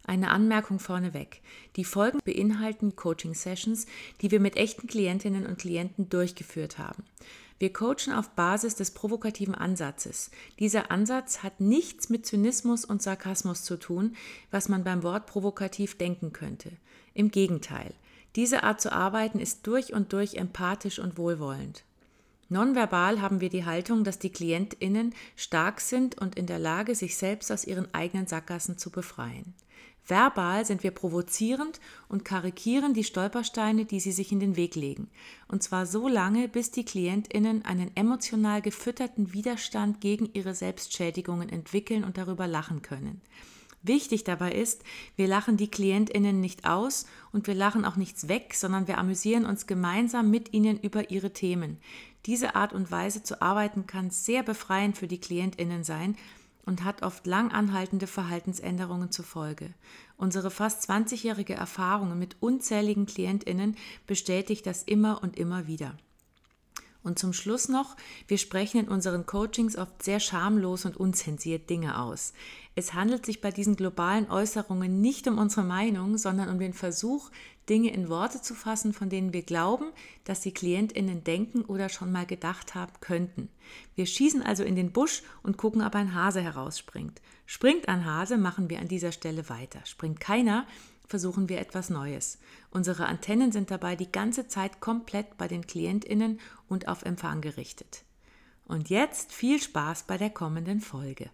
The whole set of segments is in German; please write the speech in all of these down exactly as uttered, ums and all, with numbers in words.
Eine Anmerkung vorneweg. Die Folgen beinhalten Coaching-Sessions, die wir mit echten Klientinnen und Klienten durchgeführt haben. Wir coachen auf Basis des provokativen Ansatzes. Dieser Ansatz hat nichts mit Zynismus und Sarkasmus zu tun, was man beim Wort provokativ denken könnte. Im Gegenteil, diese Art zu arbeiten ist durch und durch empathisch und wohlwollend. Nonverbal haben wir die Haltung, dass die KlientInnen stark sind und in der Lage, sich selbst aus ihren eigenen Sackgassen zu befreien. Verbal sind wir provozierend und karikieren die Stolpersteine, die sie sich in den Weg legen. Und zwar so lange, bis die KlientInnen einen emotional gefütterten Widerstand gegen ihre Selbstschädigungen entwickeln und darüber lachen können. Wichtig dabei ist, wir lachen die KlientInnen nicht aus und wir lachen auch nichts weg, sondern wir amüsieren uns gemeinsam mit ihnen über ihre Themen. Diese Art und Weise zu arbeiten kann sehr befreiend für die KlientInnen sein und hat oft lang anhaltende Verhaltensänderungen zur Folge. Unsere fast zwanzigjährige Erfahrung mit unzähligen KlientInnen bestätigt das immer und immer wieder. Und zum Schluss noch, wir sprechen in unseren Coachings oft sehr schamlos und unzensiert Dinge aus. Es handelt sich bei diesen globalen Äußerungen nicht um unsere Meinung, sondern um den Versuch, Dinge in Worte zu fassen, von denen wir glauben, dass die KlientInnen denken oder schon mal gedacht haben könnten. Wir schießen also in den Busch und gucken, ob ein Hase herausspringt. Springt ein Hase, machen wir an dieser Stelle weiter. Springt keiner, versuchen wir etwas Neues. Unsere Antennen sind dabei die ganze Zeit komplett bei den KlientInnen und auf Empfang gerichtet. Und jetzt viel Spaß bei der kommenden Folge.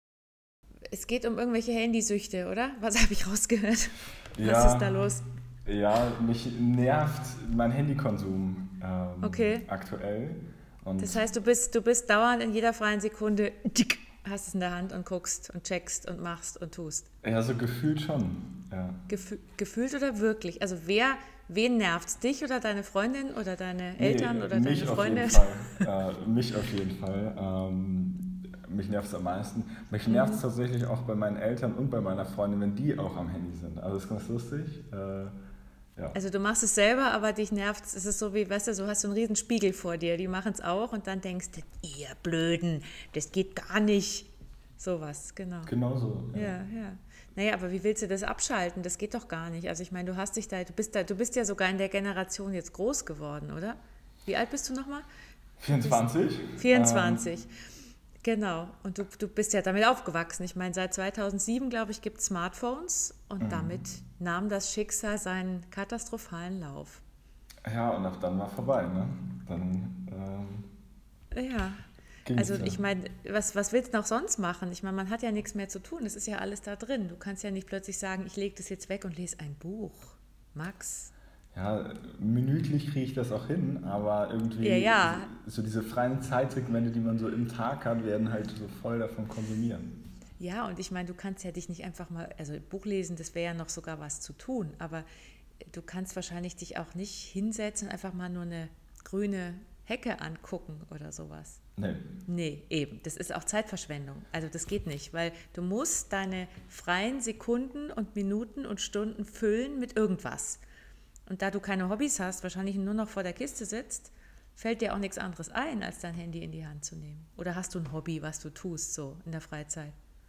Es geht um irgendwelche Handysüchte, oder? Was habe ich rausgehört? Ja, was ist da los? Ja, mich nervt mein Handykonsum ähm, okay. aktuell. Und das heißt, du bist, du bist dauernd in jeder freien Sekunde, tick, hast es in der Hand und guckst und checkst und machst und tust. Ja, so gefühlt schon. Ja. Gefühl, gefühlt oder wirklich? Also wer, wen nervt's? Dich oder deine Freundin oder deine Eltern nee, oder mich deine auf Freunde? Jeden Fall. äh, mich auf jeden Fall. Ähm, mich nervt es am meisten. Mich nervt es mhm. tatsächlich auch bei meinen Eltern und bei meiner Freundin, wenn die auch am Handy sind. Also das ist ganz lustig. Äh, ja. Also du machst es selber, aber dich nervt es. Es ist so wie, weißt du, so hast du einen riesen Spiegel vor dir. Die machen es auch und dann denkst du, ihr Blöden, das geht gar nicht. Sowas, genau. Genau so. Ja, ja. ja. Naja, aber wie willst du das abschalten? Das geht doch gar nicht. Also ich meine, du hast dich da, du bist da, du bist ja sogar in der Generation jetzt groß geworden, oder? Wie alt bist du nochmal? vierundzwanzig. vierundzwanzig. Ähm. Genau. Und du, du bist ja damit aufgewachsen. Ich meine, seit zweitausendsieben, glaube ich, gibt es Smartphones und mhm. damit nahm das Schicksal seinen katastrophalen Lauf. Ja, und ab dann war vorbei, ne? Dann, ähm, ja. Also ich meine, was, was willst du noch sonst machen? Ich meine, man hat ja nichts mehr zu tun, es ist ja alles da drin. Du kannst ja nicht plötzlich sagen, ich lege das jetzt weg und lese ein Buch. Max? Ja, minütlich kriege ich das auch hin, aber irgendwie ja, ja. so diese freien Zeitsegmente, die man so im Tag hat, werden halt so voll davon konsumieren. Ja, und ich meine, du kannst ja dich nicht einfach mal, also Buch lesen, das wäre ja noch sogar was zu tun, aber du kannst wahrscheinlich dich auch nicht hinsetzen und einfach mal nur eine grüne Hecke angucken oder sowas. Nee. Nee, eben. Das ist auch Zeitverschwendung. Also das geht nicht, weil du musst deine freien Sekunden und Minuten und Stunden füllen mit irgendwas. Und da du keine Hobbys hast, wahrscheinlich nur noch vor der Kiste sitzt, fällt dir auch nichts anderes ein, als dein Handy in die Hand zu nehmen. Oder hast du ein Hobby, was du tust, so in der Freizeit?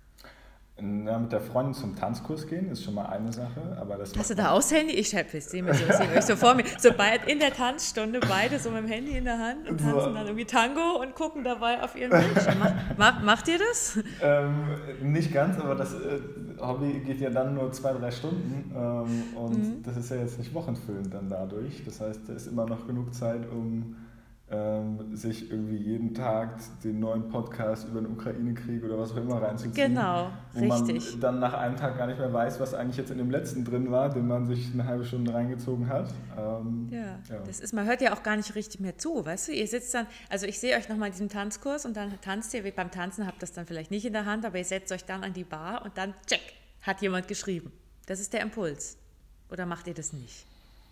Na, mit der Freundin zum Tanzkurs gehen ist schon mal eine Sache. Aber das Hast du da auch das Handy? Ich sehe mich so, seh mich so vor mir. So beid, in der Tanzstunde beide so mit dem Handy in der Hand und tanzen so. Dann irgendwie Tango und gucken dabei auf ihren Bildschirm. Macht, macht, macht ihr das? Ähm, nicht ganz, aber das äh, Hobby geht ja dann nur zwei, drei Stunden. Ähm, und mhm. das ist ja jetzt nicht wochenfüllend dann dadurch. Das heißt, da ist immer noch genug Zeit, um ähm, sich irgendwie jeden Tag den neuen Podcast über den Ukraine-Krieg oder was auch immer reinzuziehen. Genau, wo richtig. Man dann nach einem Tag gar nicht mehr weiß, was eigentlich jetzt in dem letzten drin war, den man sich eine halbe Stunde reingezogen hat. Ähm, ja, ja, das ist, man hört ja auch gar nicht richtig mehr zu, weißt du? Ihr sitzt dann, also ich sehe euch nochmal in diesem Tanzkurs und dann tanzt ihr, wie beim Tanzen habt das dann vielleicht nicht in der Hand, aber ihr setzt euch dann an die Bar und dann, check, hat jemand geschrieben. Das ist der Impuls. Oder macht ihr das nicht?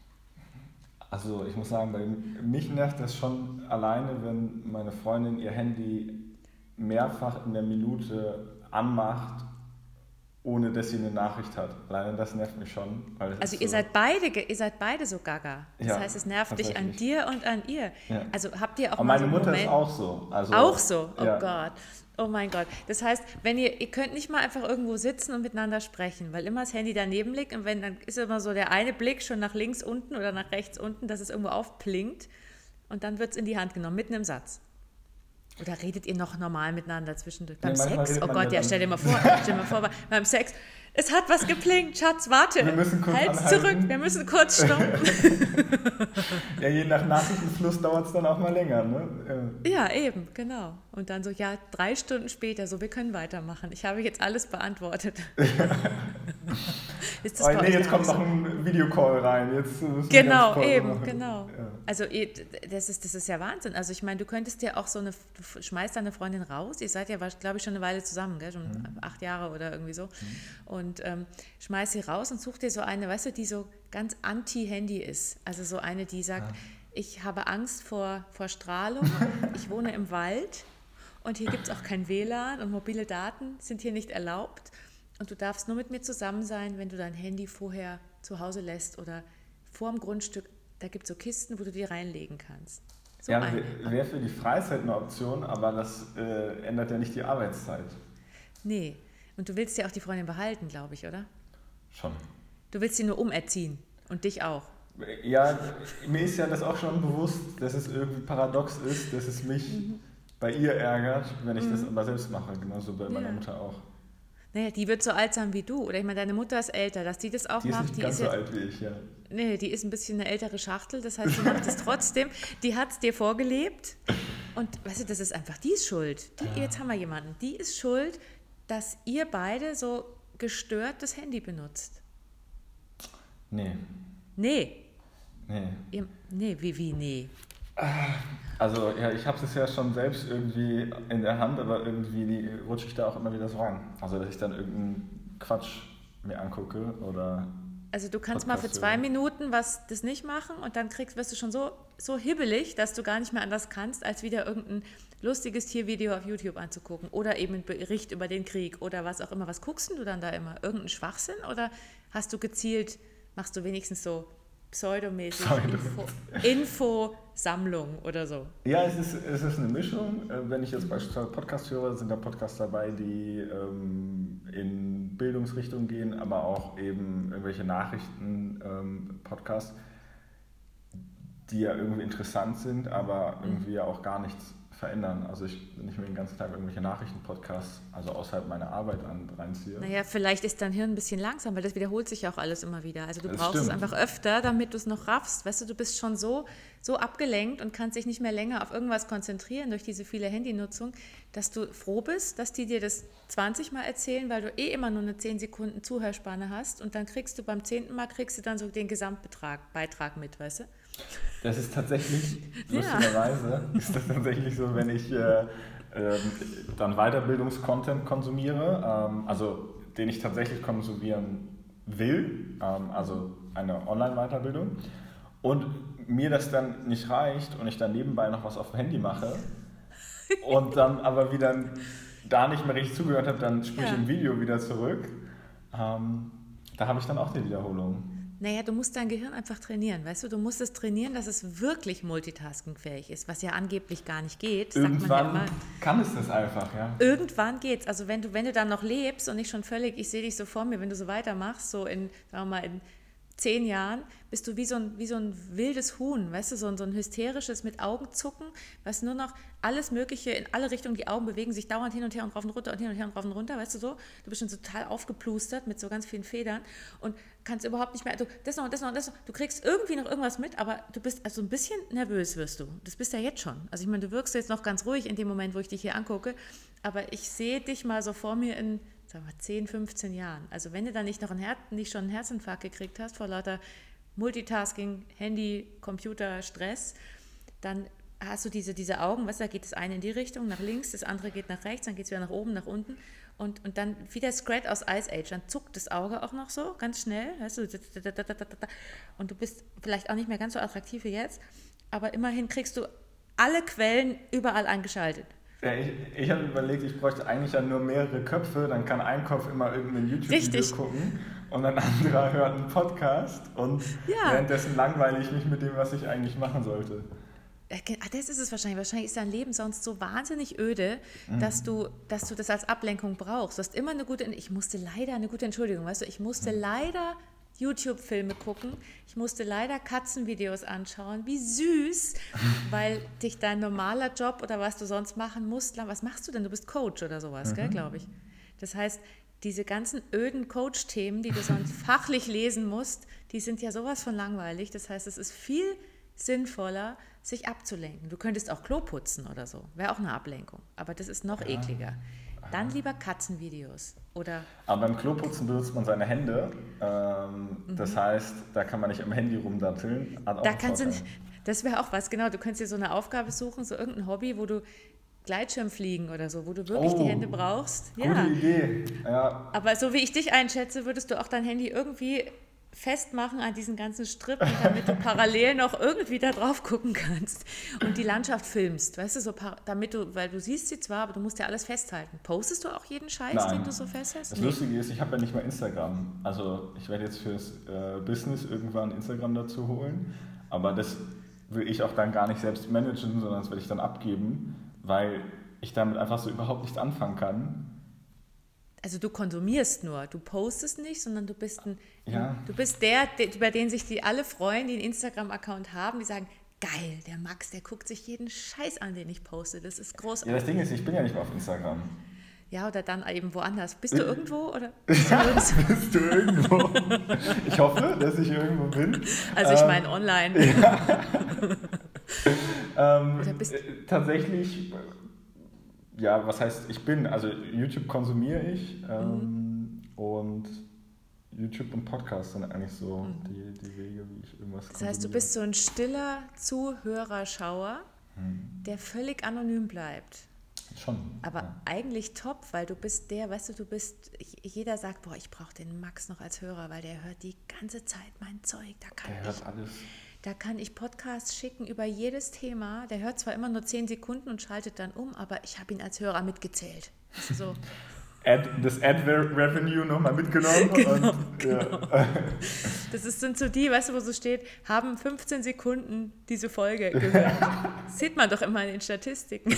Also ich muss sagen, bei mich nervt das schon alleine, wenn meine Freundin ihr Handy mehrfach in der Minute anmacht, ohne dass sie eine Nachricht hat. Alleine das nervt mich schon. Weil das also ist ihr, so seid beide, ihr seid beide so gaga. Das ja, heißt, es nervt dich an dir und an ihr. Ja. Also habt ihr auch Aber mal meine so einen Mutter Moment, ist auch so. Also, auch so? Oh ja. Gott. Oh mein Gott. Das heißt, wenn ihr, ihr könnt nicht mal einfach irgendwo sitzen und miteinander sprechen, weil immer das Handy daneben liegt und wenn, dann ist immer so der eine Blick schon nach links unten oder nach rechts unten, dass es irgendwo aufblinkt und dann wird es in die Hand genommen, mitten im Satz. Oder redet ihr noch normal miteinander zwischendurch? Beim Nee, Sex? Oh Gott, ja, stell dir mal vor, stell dir mal vor, beim Sex, es hat was geblinkt, Schatz, warte. Wir müssen kurz Halt's anhalten. zurück, wir müssen kurz stoppen. Ja, je nach Nachrichtenfluss dauert es dann auch mal länger, ne? Ja, eben, genau. Und dann so, ja, drei Stunden später, so, wir können weitermachen. Ich habe jetzt alles beantwortet. Ist das oh, bei nee, euch jetzt kommt so? noch ein Videocall rein. Jetzt müssen wir Genau, ganz eben, machen. genau. Ja. Also das ist, das ist ja Wahnsinn. Also ich meine, du könntest dir auch so eine, du schmeißt deine Freundin raus, ihr seid ja, glaube ich, schon eine Weile zusammen, gell? Schon mhm. acht Jahre oder irgendwie so. Mhm. Und ähm, schmeißt sie raus und such dir so eine, weißt du, die so ganz anti-Handy ist. Also so eine, die sagt, ja. ich habe Angst vor, vor Strahlung, ich wohne im Wald und hier gibt es auch kein W L A N und mobile Daten sind hier nicht erlaubt. Und du darfst nur mit mir zusammen sein, wenn du dein Handy vorher zu Hause lässt oder vor dem Grundstück. Da gibt es so Kisten, wo du die reinlegen kannst. So ja, wäre für die Freizeit eine Option, aber das äh, ändert ja nicht die Arbeitszeit. Nee. Und du willst ja auch die Freundin behalten, glaube ich, oder? Schon. Du willst sie nur umerziehen und dich auch. Ja, mir ist ja das auch schon bewusst, dass es irgendwie paradox ist, dass es mich mhm. bei ihr ärgert, wenn ich mhm. das aber selbst mache. Genauso bei meiner ja. Mutter auch. Naja, die wird so alt sein wie du. Oder ich meine, deine Mutter ist älter, dass die das auch die macht. Ist nicht die ganz ist so ja, alt wie ich, ja. Nee, die ist ein bisschen eine ältere Schachtel, das heißt, sie macht es trotzdem. Die hat es dir vorgelebt und weißt du, das ist einfach, die ist schuld. Die, jetzt haben wir jemanden, die ist schuld, dass ihr beide so gestört das Handy benutzt. Nee. Nee. Nee. Ihr, nee, wie, wie, nee? Also ja, ich habe es ja schon selbst irgendwie in der Hand, aber irgendwie rutsche ich da auch immer wieder so rein. Also dass ich dann irgendeinen Quatsch mir angucke oder... Also du kannst Podcast mal für zwei hören. Minuten was das nicht machen und dann kriegst, wirst du schon so, so hibbelig, dass du gar nicht mehr anders kannst, als wieder irgendein lustiges Tiervideo auf YouTube anzugucken oder eben einen Bericht über den Krieg oder was auch immer. Was guckst du dann da immer? Irgendeinen Schwachsinn oder hast du gezielt, machst du wenigstens so pseudomäßig Info, Infosammlung oder so? Ja, es ist, es ist eine Mischung. Wenn ich jetzt beispielsweise Podcast höre, sind da Podcasts dabei, die ähm, in Bildungsrichtung gehen, aber auch eben irgendwelche Nachrichten-Podcasts, ähm, die ja irgendwie interessant sind, aber irgendwie ja auch gar nichts verändern. Also ich, wenn ich mir den ganzen Tag irgendwelche Nachrichten-Podcasts, also außerhalb meiner Arbeit an, reinziehe. Naja, vielleicht ist dein Hirn ein bisschen langsam, weil das wiederholt sich ja auch alles immer wieder. Also du das brauchst stimmt. es einfach öfter, damit du es noch raffst. Weißt du, du bist schon so, so abgelenkt und kannst dich nicht mehr länger auf irgendwas konzentrieren durch diese viele Handynutzung, dass du froh bist, dass die dir das zwanzig Mal erzählen, weil du eh immer nur eine zehn Sekunden Zuhörspanne hast und dann kriegst du beim zehnten Mal kriegst du dann so den Gesamtbetrag, Beitrag mit, weißt du? Das ist tatsächlich, lustigerweise, ja. ist das tatsächlich so, wenn ich äh, äh, dann Weiterbildungskontent konsumiere, ähm, also den ich tatsächlich konsumieren will, ähm, also eine Online-Weiterbildung, und mir das dann nicht reicht und ich dann nebenbei noch was auf dem Handy mache und dann aber wieder da nicht mehr richtig zugehört habe, dann spüre ich ja. im Video wieder zurück. Ähm, da habe ich dann auch die Wiederholung. Naja, du musst dein Gehirn einfach trainieren, weißt du? Du musst es trainieren, dass es wirklich multitaskingfähig ist, was ja angeblich gar nicht geht. Irgendwann sagt man ja immer. Kann es das einfach, ja. Irgendwann geht's. Also wenn du, wenn du dann noch lebst und nicht schon völlig, ich sehe dich so vor mir, wenn du so weitermachst, so in, sagen wir mal, in zehn Jahren, bist du wie so ein, wie so ein wildes Huhn, weißt du, so ein, so ein hysterisches mit Augenzucken, was nur noch alles Mögliche in alle Richtungen, die Augen bewegen sich dauernd hin und her und rauf und runter und hin und her und rauf und runter, weißt du so? Du bist schon total aufgeplustert mit so ganz vielen Federn und kannst überhaupt nicht mehr, du, das noch und das noch und das noch, du kriegst irgendwie noch irgendwas mit, aber du bist, also ein bisschen nervös wirst du. Das bist ja jetzt schon. Also ich meine, du wirkst jetzt noch ganz ruhig in dem Moment, wo ich dich hier angucke, aber ich sehe dich mal so vor mir in, sagen wir, zehn, fünfzehn Jahren. Also wenn du dann nicht noch einen Her- nicht schon einen Herzinfarkt gekriegt hast vor lauter Multitasking, Handy, Computer, Stress, dann hast du diese, diese Augen, weißt du, da geht das eine in die Richtung, nach links, das andere geht nach rechts, dann geht es wieder nach oben, nach unten und, und dann wie der Scrat aus Ice Age, dann zuckt das Auge auch noch so, ganz schnell, weißt du, und du bist vielleicht auch nicht mehr ganz so attraktiv wie jetzt, aber immerhin kriegst du alle Quellen überall angeschaltet. Ja, ich, ich habe überlegt, ich bräuchte eigentlich ja nur mehrere Köpfe, dann kann ein Kopf immer irgendein YouTube-Video gucken und ein anderer hört einen Podcast und ja. währenddessen langweile ich mich mit dem, was ich eigentlich machen sollte. Das ist es wahrscheinlich. Wahrscheinlich ist dein Leben sonst so wahnsinnig öde, mhm. dass du, dass du das als Ablenkung brauchst. Du hast immer eine gute, ich musste leider, eine gute Entschuldigung, weißt du, ich musste mhm. leider YouTube-Filme gucken, ich musste leider Katzenvideos anschauen, wie süß, weil dich dein normaler Job oder was du sonst machen musst, was machst du denn? Du bist Coach oder sowas, mhm. gell, glaube ich. Das heißt, diese ganzen öden Coach-Themen, die du sonst fachlich lesen musst, die sind ja sowas von langweilig. Das heißt, es ist viel sinnvoller, sich abzulenken. Du könntest auch Klo putzen oder so, wäre auch eine Ablenkung, aber das ist noch ja. ekliger. Dann lieber Katzenvideos. Oder aber beim Kloputzen benutzt man seine Hände. Ähm, mhm. Das heißt, da kann man nicht am Handy rumdatteln. Da kannst du nicht, das wäre auch was, genau. Du könntest dir so eine Aufgabe suchen, so irgendein Hobby, wo du Gleitschirmfliegen oder so, wo du wirklich oh, die Hände brauchst. Gute ja. Idee. Ja. Aber so wie ich dich einschätze, würdest du auch dein Handy irgendwie festmachen an diesen ganzen Strippen, damit du parallel noch irgendwie da drauf gucken kannst und die Landschaft filmst, weißt du, so damit du, weil du siehst sie zwar, aber du musst ja alles festhalten. Postest du auch jeden Scheiß, Nein. den du so festhältst? Das nee. Lustige ist, ich habe ja nicht mal Instagram. Also ich werde jetzt fürs äh, Business irgendwann Instagram dazu holen, aber das will ich auch dann gar nicht selbst managen, sondern das werde ich dann abgeben, weil ich damit einfach so überhaupt nicht anfangen kann. Also du konsumierst nur, du postest nicht, sondern du bist ein, ja. du bist der, über den sich die alle freuen, die einen Instagram-Account haben, die sagen, geil, der Max, der guckt sich jeden Scheiß an, den ich poste, das ist großartig. Ja, das Ding ist, ich bin ja nicht mehr auf Instagram. Ja, oder dann eben woanders. Bist du ich, irgendwo? Oder bist du, bist du irgendwo? Ich hoffe, dass ich irgendwo bin. Also ich ähm, meine online. Ja. ähm, oder bist äh, tatsächlich... Ja, was heißt, ich bin, also YouTube konsumiere ich ähm, mhm. und YouTube und Podcast sind eigentlich so mhm. die, die Wege, wie ich irgendwas Das heißt, du bist so ein stiller Zuhörerschauer, mhm. der völlig anonym bleibt. Schon. Aber ja. eigentlich top, weil du bist der, weißt du, du bist, jeder sagt, boah, ich brauche den Max noch als Hörer, weil der hört die ganze Zeit mein Zeug, da kann der ich... hört alles. Da kann ich Podcasts schicken über jedes Thema. Der hört zwar immer nur zehn Sekunden und schaltet dann um, aber ich habe ihn als Hörer mitgezählt. Also so. Ad, das Ad-Revenue nochmal mitgenommen. Genau, und, genau. Ja. Das ist, sind so die, weißt du, wo so steht, haben fünfzehn Sekunden diese Folge gehört. Das sieht man doch immer in den Statistiken.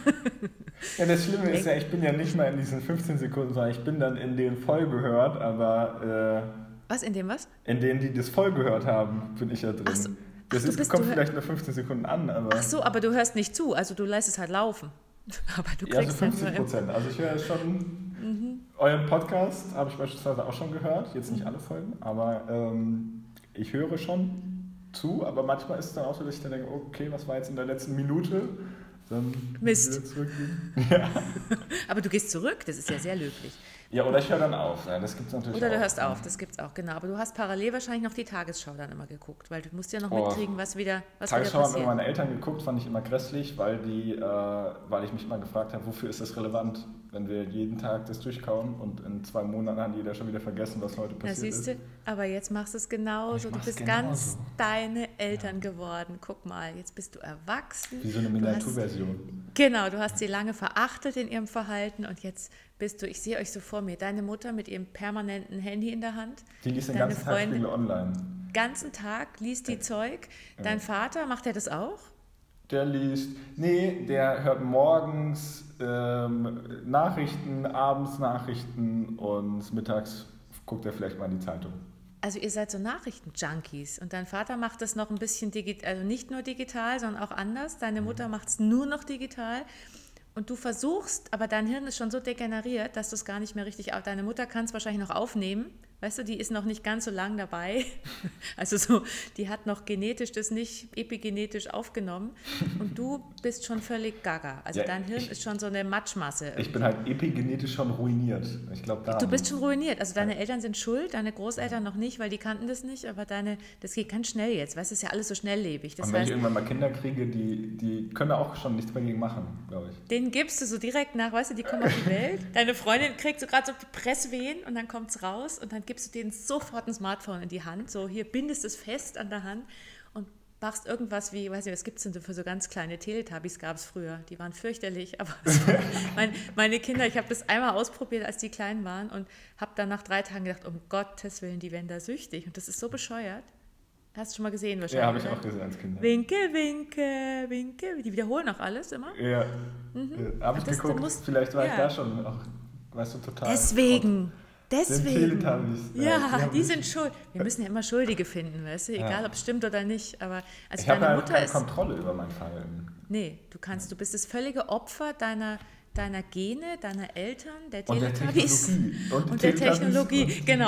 Ja, das Schlimme ist ja, ich bin ja nicht mal in diesen fünfzehn Sekunden, sondern ich bin dann in den voll gehört, aber... Äh, Was, in dem was? In denen, die das voll gehört haben, bin ich ja drin. Ach so. Das Ach, ist, bist, kommt vielleicht nur fünfzehn Sekunden an, aber... Ach so, aber du hörst nicht zu, also du lässt es halt laufen. Aber du kriegst ja, also fünfzig Prozent. Also ich höre schon... Mhm. Euren Podcast habe ich beispielsweise auch schon gehört, jetzt nicht alle Folgen, aber ähm, ich höre schon zu, aber manchmal ist es dann auch so, dass ich dann denke, okay, was war jetzt in der letzten Minute? Dann Mist. Wieder zurückgehen. Ja. Aber du gehst zurück, das ist ja sehr löblich. Ja, oder ich höre dann auf. Ja, das gibt's natürlich oder du auch. hörst auf, das gibt's auch, genau. Aber du hast parallel wahrscheinlich noch die Tagesschau dann immer geguckt, weil du musst ja noch oh. mitkriegen, was wieder was Tagesschau wieder haben immer meine Eltern geguckt, fand ich immer grässlich, weil, die, äh, weil ich mich immer gefragt habe, wofür ist das relevant, wenn wir jeden Tag das durchkauen und in zwei Monaten haben die da schon wieder vergessen, was heute passiert ja, siehst du, ist. Aber jetzt machst du es genauso. Du bist genauso. ganz deine Eltern ja. geworden. Guck mal, jetzt bist du erwachsen. Wie so eine Miniaturversion. Genau, du hast sie lange verachtet in ihrem Verhalten und jetzt bist du, ich sehe euch so vor mir, deine Mutter mit ihrem permanenten Handy in der Hand. Die liest den ganzen Tag Spiele online. Den ganzen Tag liest die Zeug. Dein ja. Vater, macht er das auch? Der liest, nee, der hört morgens ähm, Nachrichten, abends Nachrichten und mittags guckt er vielleicht mal in die Zeitung. Also ihr seid so Nachrichten-Junkies und dein Vater macht das noch ein bisschen digital, also nicht nur digital, sondern auch anders. Deine Mutter macht es nur noch digital. Und du versuchst, aber dein Hirn ist schon so degeneriert, dass du es gar nicht mehr richtig... Deine Mutter kann es wahrscheinlich noch aufnehmen, weißt du, die ist noch nicht ganz so lang dabei. Also so, die hat noch genetisch das nicht epigenetisch aufgenommen. Und du bist schon völlig gaga. Also ja, dein Hirn ich, ist schon so eine Matschmasse. Irgendwie. Ich bin halt epigenetisch schon ruiniert. Ich glaub, du bist schon ruiniert. Also deine ja. Eltern sind schuld, deine Großeltern noch nicht, weil die kannten das nicht. Aber deine, das geht ganz schnell jetzt. Weißt du, es ist ja alles so schnelllebig. Das Und wenn heißt, ich irgendwann mal Kinder kriege, die, die können da auch schon nichts dagegen machen, glaube ich. Den gibst du so direkt nach, weißt du, die kommen auf die Welt. Deine Freundin kriegt so gerade so die Presswehen und dann kommt es raus und dann gibst du denen sofort ein Smartphone in die Hand. So, hier bindest es fest an der Hand und machst irgendwas wie, weiß nicht, was gibt es denn für so ganz kleine Teletubbies, gab es früher. Die waren fürchterlich, aber mein, meine Kinder, ich habe das einmal ausprobiert, als die klein waren und habe dann nach drei Tagen gedacht, um Gottes Willen, die werden da süchtig. Und das ist so bescheuert. Hast du schon mal gesehen wahrscheinlich? Ja, habe ich auch gesehen als Kind. Winke, winke, winke. Die wiederholen auch alles immer? Ja, mhm. ja habe ich das, geguckt. Musst, Vielleicht war ja. ich da schon auch, weißt du, total. Deswegen, deswegen. Den ja, die, die sind schuld. Wir müssen ja immer Schuldige finden, weißt du? Egal, ja. ob es stimmt oder nicht. Aber als ich habe deine halt Mutter keine ist, Kontrolle über mein Verhalten. Nee, du kannst, du bist das völlige Opfer deiner... deiner Gene, deiner Eltern, der und Teletubbies der Technologie. Und, und der Technologie, genau.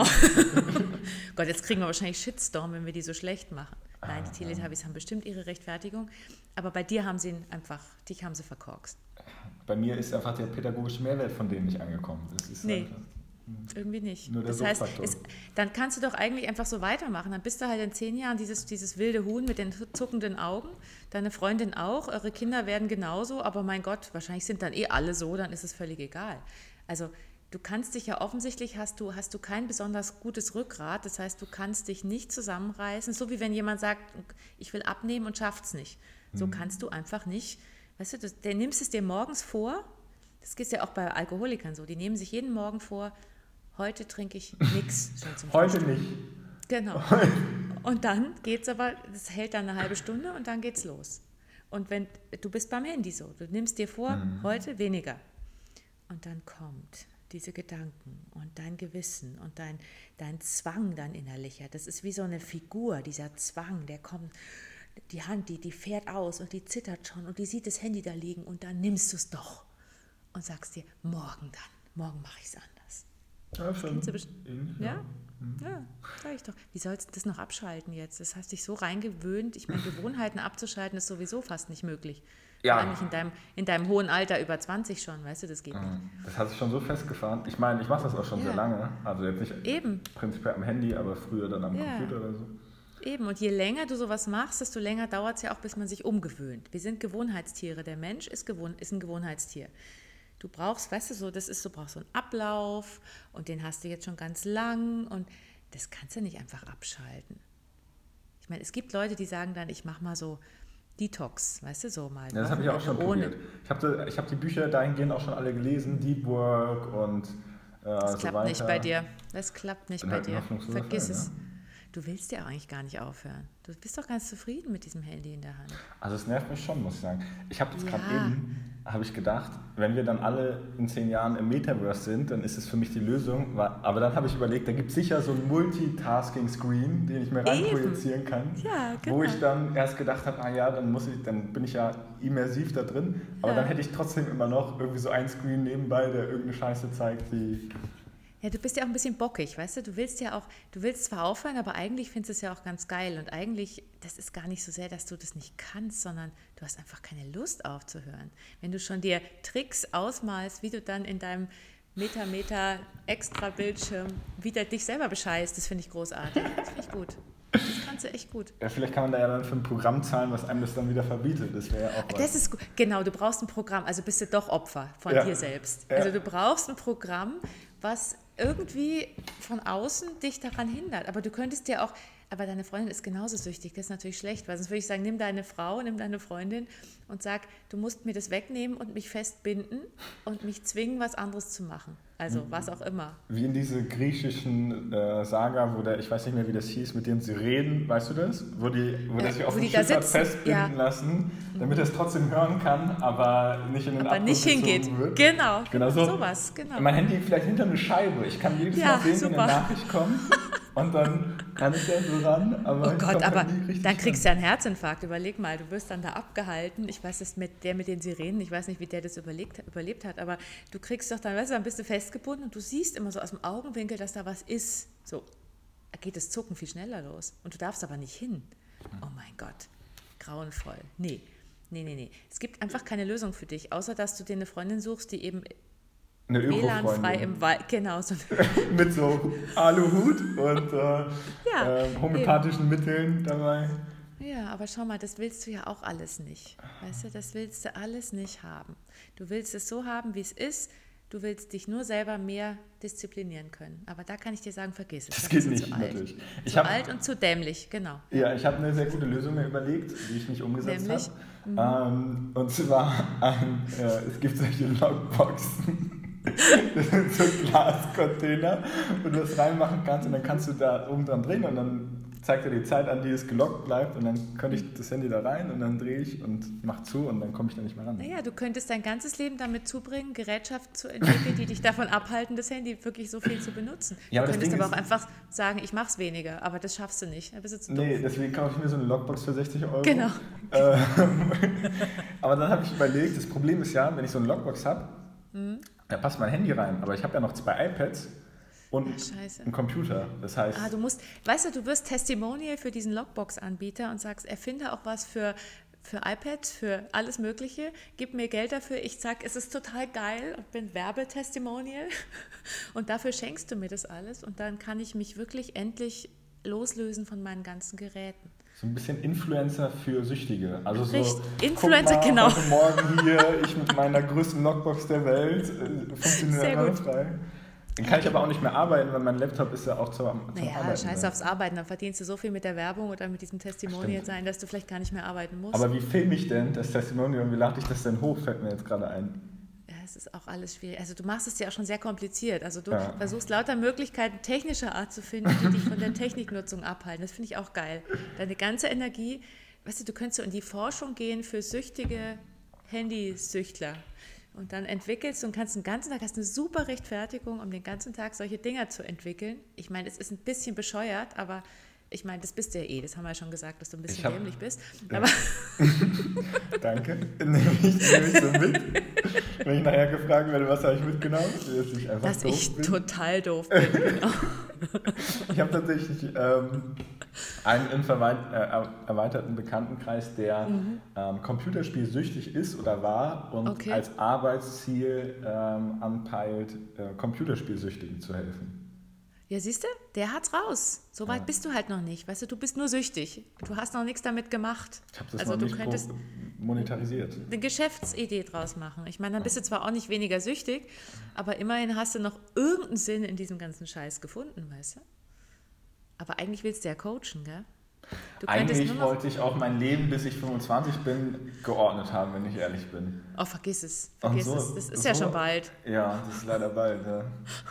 Gott, jetzt kriegen wir wahrscheinlich Shitstorm, wenn wir die so schlecht machen. Nein, die Teletubbies haben bestimmt ihre Rechtfertigung, aber bei dir haben sie ihn einfach, dich haben sie verkorkst. Bei mir ist einfach der pädagogische Mehrwert von denen nicht angekommen. Das ist nee. einfach, Irgendwie nicht. Nur der das heißt, es, dann kannst du doch eigentlich einfach so weitermachen. Dann bist du halt in zehn Jahren dieses, dieses wilde Huhn mit den zuckenden Augen, deine Freundin auch, eure Kinder werden genauso, aber mein Gott, wahrscheinlich sind dann eh alle so, dann ist es völlig egal. Also du kannst dich ja offensichtlich, hast du, hast du kein besonders gutes Rückgrat, das heißt, du kannst dich nicht zusammenreißen, so wie wenn jemand sagt, ich will abnehmen und schafft es nicht. So mhm. kannst du einfach nicht, weißt du, du der nimmst es dir morgens vor, das ist ja auch bei Alkoholikern so, die nehmen sich jeden Morgen vor, heute trinke ich nichts. Heute nicht. Genau. Und dann geht's aber, das hält dann eine halbe Stunde und dann geht's los. Und wenn du bist beim Handy so, du nimmst dir vor, mhm. heute weniger. Und dann kommt diese Gedanken und dein Gewissen und dein, dein Zwang dann innerlicher. Das ist wie so eine Figur, dieser Zwang, der kommt, die Hand, die, die fährt aus und die zittert schon und die sieht das Handy da liegen und dann nimmst du es doch und sagst dir, morgen dann, morgen mache ich es anders. Ja, schon. Ja, ja, ja sag ich doch. Wie sollst du das noch abschalten jetzt? Das hast dich so reingewöhnt. Ich meine, Gewohnheiten abzuschalten ist sowieso fast nicht möglich. Ja. Vor allem nicht in deinem, in deinem hohen Alter, über zwanzig schon, weißt du, das geht nicht. Das hat sich schon so festgefahren. Ich meine, ich mache das auch schon ja. sehr lange. Also jetzt nicht Eben. prinzipiell am Handy, aber früher dann am ja. Computer oder so. Eben, und je länger du sowas machst, desto länger dauert es ja auch, bis man sich umgewöhnt. Wir sind Gewohnheitstiere. Der Mensch ist, gewohn, ist ein Gewohnheitstier. Du brauchst, weißt du, so, das ist, du brauchst so einen Ablauf und den hast du jetzt schon ganz lang und das kannst du nicht einfach abschalten. Ich meine, es gibt Leute, die sagen dann, ich mache mal so Detox, weißt du, so mal. Ja, das habe ich auch schon ohne. probiert. Ich habe ich hab die Bücher dahingehend auch schon alle gelesen, Deep Work und äh, das so klappt weiter. nicht bei dir. Das klappt nicht Bin bei halt dir. Vergiss Fall, es. Ja. Du willst ja eigentlich gar nicht aufhören. Du bist doch ganz zufrieden mit diesem Handy in der Hand. Also es nervt mich schon, muss ich sagen. Ich habe jetzt ja. gerade eben, habe ich gedacht, wenn wir dann alle in zehn Jahren im Metaverse sind, dann ist es für mich die Lösung. Aber dann habe ich überlegt, da gibt es sicher so einen Multitasking-Screen, den ich mir reinprojizieren kann. Ja, genau. Wo ich dann erst gedacht habe, ah ja, dann, muss ich, dann bin ich ja immersiv da drin. Aber ja. dann hätte ich trotzdem immer noch irgendwie so einen Screen nebenbei, der irgendeine Scheiße zeigt, die... Ja, du bist ja auch ein bisschen bockig, weißt du, du willst ja auch, du willst zwar aufhören, aber eigentlich findest du es ja auch ganz geil und eigentlich, das ist gar nicht so sehr, dass du das nicht kannst, sondern du hast einfach keine Lust aufzuhören. Wenn du schon dir Tricks ausmalst, wie du dann in deinem Meta-Meta-Extra-Bildschirm wieder dich selber bescheißt, das finde ich großartig, das finde ich gut. Das kannst du echt gut. Ja, vielleicht kann man da ja dann für ein Programm zahlen, was einem das dann wieder verbietet. Das wäre ja auch was. Das ist gut. Genau, du brauchst ein Programm, also bist du doch Opfer von ja. dir selbst. Ja. Also du brauchst ein Programm, was irgendwie von außen dich daran hindert. Aber du könntest dir auch, aber deine Freundin ist genauso süchtig, das ist natürlich schlecht, weil sonst würde ich sagen, nimm deine Frau, nimm deine Freundin und sag, du musst mir das wegnehmen und mich festbinden und mich zwingen, was anderes zu machen. Also was auch immer. Wie in diese griechischen äh, Saga, wo der, ich weiß nicht mehr, wie das hieß, mit dem sie reden, weißt du das? Wo, die, wo äh, der sich auf dem Schiff hat festbinden ja. lassen, damit er es trotzdem hören kann, aber nicht in den aber nicht hingeht. Wird. Genau, genau so. sowas. Genau. Mein Handy vielleicht hinter eine Scheibe. Ich kann jedes ja, Mal sehen, super. wenn eine Nachricht kommt und dann kann ich ja so ran. Aber oh Gott, aber halt dann kriegst du ja einen Herzinfarkt. Überleg mal, du wirst dann da abgehalten. Ich weiß, das mit der mit den Sirenen, ich weiß nicht, wie der das überlegt, überlebt hat, aber du kriegst doch dann, weißt du, dann bist du festgebunden und du siehst immer so aus dem Augenwinkel, dass da was ist. So, da geht das Zucken viel schneller los. Und du darfst aber nicht hin. Oh mein Gott, grauenvoll. Nee, nee, nee, nee. Es gibt einfach keine Lösung für dich, außer dass du dir eine Freundin suchst, die eben eine W L A N-frei im Wald, genau. So mit so Aluhut und äh, ja, äh, homöopathischen eben. Mitteln dabei. Ja, aber schau mal, das willst du ja auch alles nicht. Weißt du, das willst du alles nicht haben. Du willst es so haben, wie es ist. Du willst dich nur selber mehr disziplinieren können. Aber da kann ich dir sagen, vergiss es. Das geht nicht, natürlich. Ich zu hab, alt und zu dämlich, genau. Ja, ich habe eine sehr gute Lösung mir überlegt, die ich nicht umgesetzt habe. Mhm. Ähm, und zwar, ein, äh, es gibt solche Logboxen. Das sind so Glascontainer, wo du das reinmachen kannst und dann kannst du da oben dran drehen und dann zeigt er die Zeit an, die es gelockt bleibt und dann könnte ich das Handy da rein und dann drehe ich und mache zu und dann komme ich da nicht mehr ran. Naja, du könntest dein ganzes Leben damit zubringen, Gerätschaften zu entwickeln, die dich davon abhalten, das Handy wirklich so viel zu benutzen. Ja, du aber könntest das Ding aber auch ist, einfach sagen, ich mache es weniger, aber das schaffst du nicht. Da bist du zu nee, doof. deswegen kaufe ich mir so eine Logbox für sechzig Euro. Genau. Ähm, aber dann habe ich überlegt, das Problem ist ja, wenn ich so eine Logbox habe, Mhm. da passt mein Handy rein, aber ich habe ja noch zwei iPads und Ach, scheiße. einen Computer. Das heißt, Ah, du musst, weißt du, du wirst Testimonial für diesen Logbox-Anbieter und sagst, erfinde auch was für, für iPads, für alles Mögliche, gib mir Geld dafür, ich sag, es ist total geil und bin Werbetestimonial und dafür schenkst du mir das alles und dann kann ich mich wirklich endlich loslösen von meinen ganzen Geräten. so ein bisschen Influencer für Süchtige. Also so, Richtig, Influencer, guck mal, genau. heute Morgen hier, ich mit meiner größten Logbox der Welt, äh, funktioniert Sehr immer gut. frei. Dann kann ich aber auch nicht mehr arbeiten, weil mein Laptop ist ja auch zum, zum Naja, Arbeiten. scheiß da. aufs Arbeiten, dann verdienst du so viel mit der Werbung oder mit diesem Testimonial sein, dass du vielleicht gar nicht mehr arbeiten musst. Aber wie filme ich denn das Testimonial und wie lade ich das denn hoch, fällt mir jetzt gerade ein. Ja, es ist auch alles schwierig. Also du machst es ja auch schon sehr kompliziert. Also du Ja. versuchst lauter Möglichkeiten technischer Art zu finden, die dich von der Techniknutzung abhalten. Das finde ich auch geil. Deine ganze Energie, weißt du, du könntest so in die Forschung gehen für süchtige Handysüchtler. Und dann entwickelst du und kannst den ganzen Tag, hast eine super Rechtfertigung, um den ganzen Tag solche Dinger zu entwickeln. Ich meine, es ist ein bisschen bescheuert, aber ich meine, das bist du ja eh, das haben wir ja schon gesagt, dass du ein bisschen hab, dämlich bist. Ja. Aber Danke, nehme ich, nehm ich so mit. Wenn ich nachher gefragt werde, was habe ich mitgenommen, dass ich einfach dass doof ich bin. total doof bin. Genau. Ich habe tatsächlich ähm, einen im verweit- äh, erweiterten Bekanntenkreis, der mhm. ähm, computerspielsüchtig ist oder war und Okay. als Arbeitsziel ähm, anpeilt, äh, Computerspielsüchtigen zu helfen. Ja, siehst du, der hat's raus. So weit Ja. bist du halt noch nicht. Weißt du, du bist nur süchtig. Du hast noch nichts damit gemacht. Ich habe das Also noch du nicht könntest pro- monetarisiert. eine Geschäftsidee draus machen. Ich meine, dann bist du zwar auch nicht weniger süchtig, aber immerhin hast du noch irgendeinen Sinn in diesem ganzen Scheiß gefunden, weißt du? Aber eigentlich willst du ja coachen, gell? Du könntest Eigentlich nur noch, wollte ich auch mein Leben, bis ich fünfundzwanzig bin, geordnet haben, wenn ich ehrlich bin. oh, vergiss es. Und Vergiss so- es. Das ist so- ja schon bald. Ja, das ist leider bald, ja.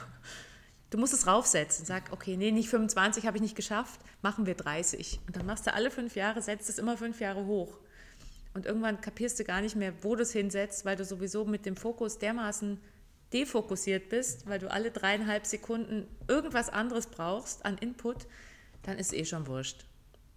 Du musst es raufsetzen. Sag, okay, nee, nicht fünfundzwanzig habe ich nicht geschafft, machen wir dreißig. Und dann machst du alle fünf Jahre, setzt es immer fünf Jahre hoch. Und irgendwann kapierst du gar nicht mehr, wo du es hinsetzt, weil du sowieso mit dem Fokus dermaßen defokussiert bist, weil du alle dreieinhalb Sekunden irgendwas anderes brauchst an Input, dann ist eh schon wurscht.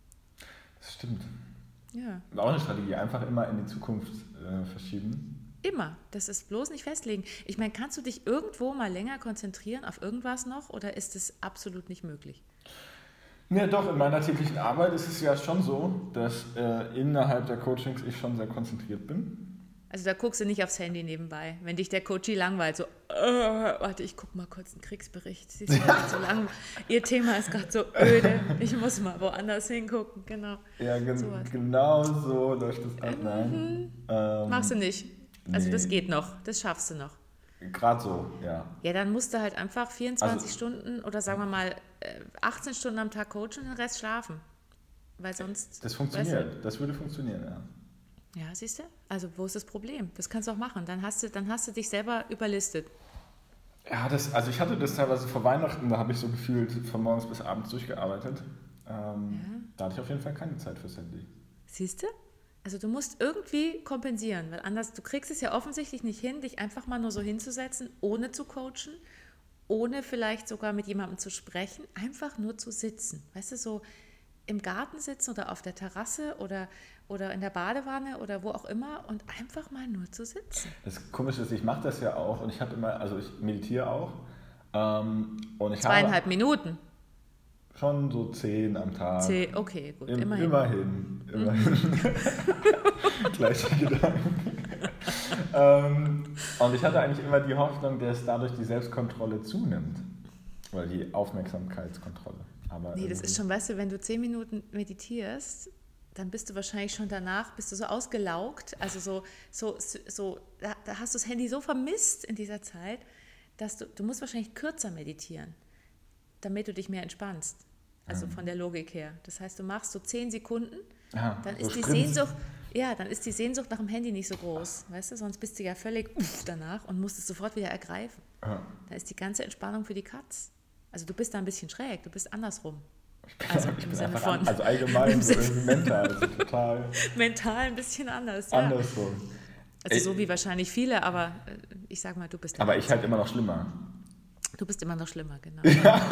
Das stimmt. Ja, Auch eine Strategie, einfach immer in die Zukunft äh, verschieben. immer. Das ist bloß nicht festlegen. Ich meine, kannst du dich irgendwo mal länger konzentrieren auf irgendwas noch oder ist es absolut nicht möglich? Ja, doch, in meiner täglichen Arbeit ist es ja schon so, dass äh, innerhalb der Coachings ich schon sehr konzentriert bin. Also da guckst du nicht aufs Handy nebenbei. Wenn dich der Coachie langweilt, so, äh, warte, ich guck mal kurz einen Kriegsbericht. Sie ist gerade so lang. Ihr Thema ist gerade so öde. Ich muss mal woanders hingucken, genau. Ja, gen Sowas. genau so läuft das ab. Nein. Mhm. Ähm, Machst du nicht. Also nee. das geht noch, das schaffst du noch. Gerade so, ja. Ja, dann musst du halt einfach vierundzwanzig Also- Stunden oder sagen wir mal äh, achtzehn Stunden am Tag coachen und den Rest schlafen. Weil sonst... Das funktioniert, das würde funktionieren, ja. Ja, siehst du? Also wo ist das Problem? Das kannst du auch machen. Dann hast du, dann hast du dich selber überlistet. Ja, das, also ich hatte das teilweise vor Weihnachten, da habe ich so gefühlt von morgens bis abends durchgearbeitet. Ähm, Ja. Da hatte ich auf jeden Fall keine Zeit fürs Handy. Siehst du? Also du musst irgendwie kompensieren, weil anders, du kriegst es ja offensichtlich nicht hin, dich einfach mal nur so hinzusetzen, ohne zu coachen, ohne vielleicht sogar mit jemandem zu sprechen, einfach nur zu sitzen. Weißt du, so im Garten sitzen oder auf der Terrasse oder, oder in der Badewanne oder wo auch immer und einfach mal nur zu sitzen. Das Komische ist, ich mache das ja auch und ich habe immer, also ich meditiere auch. Ähm, und ich Zweieinhalb habe Minuten. schon so zehn am Tag. Zehn, okay, gut, Im, immerhin. Immerhin. immerhin. Gleicher Gedanke. ähm, und ich hatte eigentlich immer die Hoffnung, dass dadurch die Selbstkontrolle zunimmt. Oder die Aufmerksamkeitskontrolle. Aber Nee, das irgendwie- ist schon, weißt du, wenn du zehn Minuten meditierst, dann bist du wahrscheinlich schon danach, bist du so ausgelaugt, also so, so, so da, da hast du das Handy so vermisst in dieser Zeit, dass du, du musst wahrscheinlich kürzer meditieren, damit du dich mehr entspannst, also Mhm. von der Logik her. Das heißt, du machst so zehn Sekunden, Ja, dann so ist die Sprints. Sehnsucht, ja, dann ist die Sehnsucht nach dem Handy nicht so groß, weißt du, sonst bist du ja völlig uff danach und musst es sofort wieder ergreifen. Ja, Da ist die ganze Entspannung für die Katz. Also du bist da ein bisschen schräg, du bist andersrum. Ich bin, Also ich im bin Sinne einfach von... an, also allgemein, so irgendwie mental, also total... mental ein bisschen anders, ja. Andersrum. Also ich, so wie wahrscheinlich viele, aber ich sag mal, du bist... Aber ich halt immer noch schlimmer. Du bist immer noch schlimmer, genau.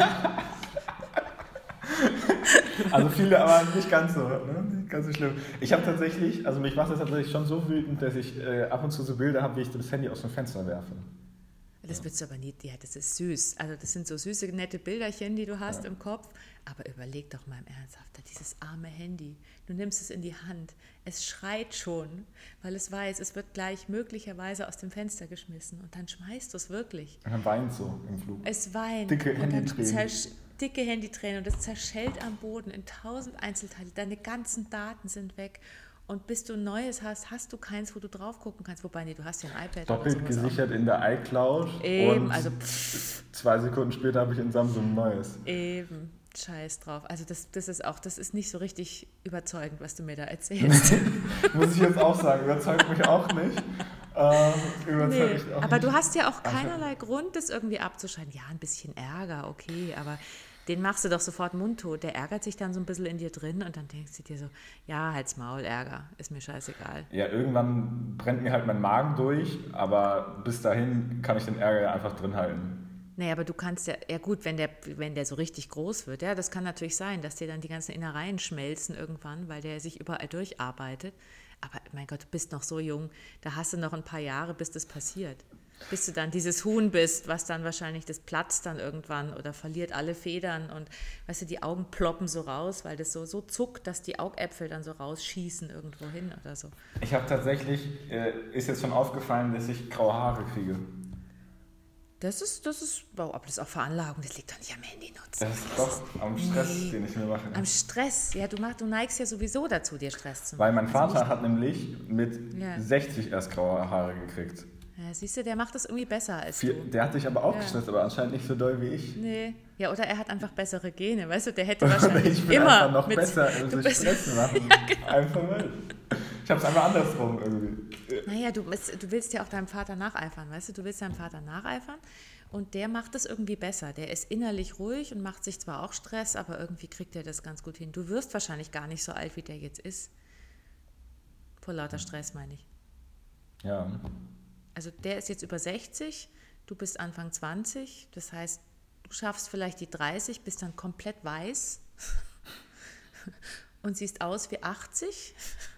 Also viele, aber nicht ganz so, ne? Nicht ganz so schlimm. Ich habe tatsächlich, also mich macht das tatsächlich schon so wütend, dass ich äh, ab und zu so Bilder habe, wie ich das Handy aus dem Fenster werfe. Das willst du aber nie, ja, das ist süß. Also das sind so süße, nette Bilderchen, die du hast ja. im Kopf. Aber überleg doch mal im Ernsthafter, dieses arme Handy. Du nimmst es in die Hand. Es schreit schon, weil es weiß, es wird gleich möglicherweise aus dem Fenster geschmissen. Und dann schmeißt du es wirklich. Und dann weint so im Flug. Es weint. Dicke und Handytränen. Dann dicke Handytränen und es zerschellt am Boden in tausend Einzelteile. Deine ganzen Daten sind weg. Und bis du ein neues hast, hast du keins, wo du drauf gucken kannst. Wobei, nee, du hast ja ein iPad. Doppelt oder gesichert auch. In der iCloud. Eben, und also pff. zwei Sekunden später habe ich in Samsung ein neues. Eben, scheiß drauf. Also das, das ist auch, das ist nicht so richtig überzeugend, was du mir da erzählst. Muss ich jetzt auch sagen, überzeugt mich auch nicht. Ähm, nee, mich auch aber nicht. Du hast ja auch keinerlei Grund, das irgendwie abzuschalten. Ja, ein bisschen Ärger, okay, aber... Den machst du doch sofort mundtot. Der ärgert sich dann so ein bisschen in dir drin und dann denkst du dir so, ja, halt's Maul, Ärger, ist mir scheißegal. Ja, irgendwann brennt mir halt mein Magen durch, aber bis dahin kann ich den Ärger ja einfach drin halten. Naja, aber du kannst ja, ja gut, wenn der, wenn der so richtig groß wird, ja, das kann natürlich sein, dass dir dann die ganzen Innereien schmelzen irgendwann, weil der sich überall durcharbeitet. Aber mein Gott, du bist noch so jung, da hast du noch ein paar Jahre, bis das passiert. Bis du dann dieses Huhn bist, was dann wahrscheinlich, das platzt dann irgendwann oder verliert alle Federn und, weißt du, die Augen ploppen so raus, weil das so, so zuckt, dass die Augäpfel dann so rausschießen irgendwo hin oder so. Ich habe tatsächlich, äh, ist jetzt schon aufgefallen, dass ich graue Haare kriege. Das ist, das ist, wow, aber das ist auch Veranlagung, das liegt doch nicht am Handy nutzen. Das ist doch am Stress, nee, den ich mir mache. Am Stress, ja, du, mach, du neigst ja sowieso dazu, dir Stress zu machen. Weil mein Vater also hat nämlich mit ja. sechzig erst graue Haare gekriegt. Ja, siehst du, der macht das irgendwie besser als Vier, du. Der hat dich aber auch ja. gestresst, aber anscheinend nicht so doll wie ich. Nee, ja, oder er hat einfach bessere Gene, weißt du, der hätte wahrscheinlich ich bin immer einfach noch mit, besser, als sich Stress machen. Ja, genau. Einfach mal. Ich habe es einfach andersrum irgendwie. Naja, du, du willst ja auch deinem Vater nacheifern, weißt du, du willst deinem Vater nacheifern und der macht das irgendwie besser. Der ist innerlich ruhig und macht sich zwar auch Stress, aber irgendwie kriegt er das ganz gut hin. Du wirst wahrscheinlich gar nicht so alt, wie der jetzt ist. Vor lauter Stress, meine ich. Ja. Also der ist jetzt über sechzig, du bist Anfang zwanzig, das heißt, du schaffst vielleicht die dreißig, bist dann komplett weiß und siehst aus wie achtzig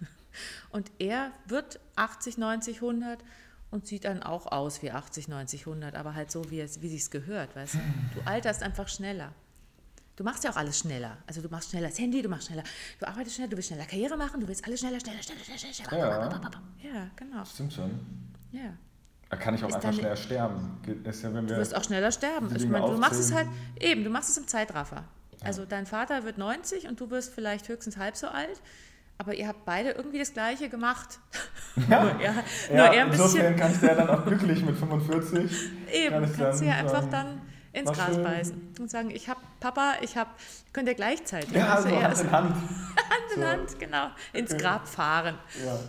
und er wird achtzig, neunzig, hundert und sieht dann auch aus wie achtzig, neunzig, hundert, aber halt so, wie es wie sich's gehört, weißt du? Du alterst einfach schneller. Du machst ja auch alles schneller. Also du machst schneller das Handy, du machst schneller, du arbeitest schneller, du willst schneller Karriere machen, du willst alles schneller, schneller, schneller, schneller, schneller. Ja, ja genau. Stimmt schon. Ja. Da kann ich auch ist einfach schneller sterben. Ist ja, wenn wir du wirst auch schneller sterben. Ich meine, du machst es halt, eben, du machst es im Zeitraffer. Ja. Also dein Vater wird neunzig und du wirst vielleicht höchstens halb so alt, aber ihr habt beide irgendwie das Gleiche gemacht. Ja, nur er, ja nur er ein insofern bisschen. kannst du ja dann auch glücklich mit fünfundvierzig. Eben, kann kannst du ja einfach sagen, dann ins Gras schön. beißen und sagen, ich habe Papa, ich habe, könnt ihr gleichzeitig. Ja, also so Hand in Hand. Hand in so. Hand, genau, ins okay. Grab fahren. Ja.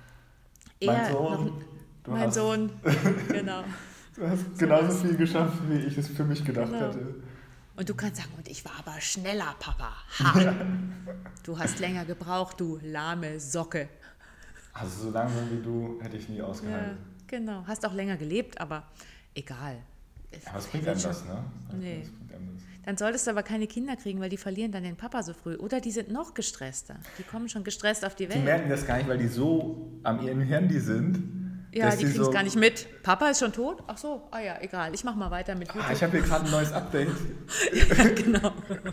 Mein er Sohn. Noch, mein hast, Sohn, genau. Du hast genauso so viel geschafft, wie ich es für mich gedacht genau. hatte. Und du kannst sagen, und ich war aber schneller, Papa. Ha. Ja. Du hast länger gebraucht, du lahme Socke. Also so langsam wie du hätte ich nie ausgehalten. Ja, genau. Hast auch länger gelebt, aber egal. Aber es bringt einem das, ne? Nee. Das bringt einem das. Dann solltest du aber keine Kinder kriegen, weil die verlieren dann den Papa so früh. Oder die sind noch gestresster. Die kommen schon gestresst auf die Welt. Die merken das gar nicht, weil die so am ihrem Handy sind. Ja, die kriegen es so gar nicht mit. Papa ist schon tot? Ach so, ah ja, egal. Ich mach mal weiter mit YouTube. Ah, ich habe hier gerade ein neues Update. Ja, genau.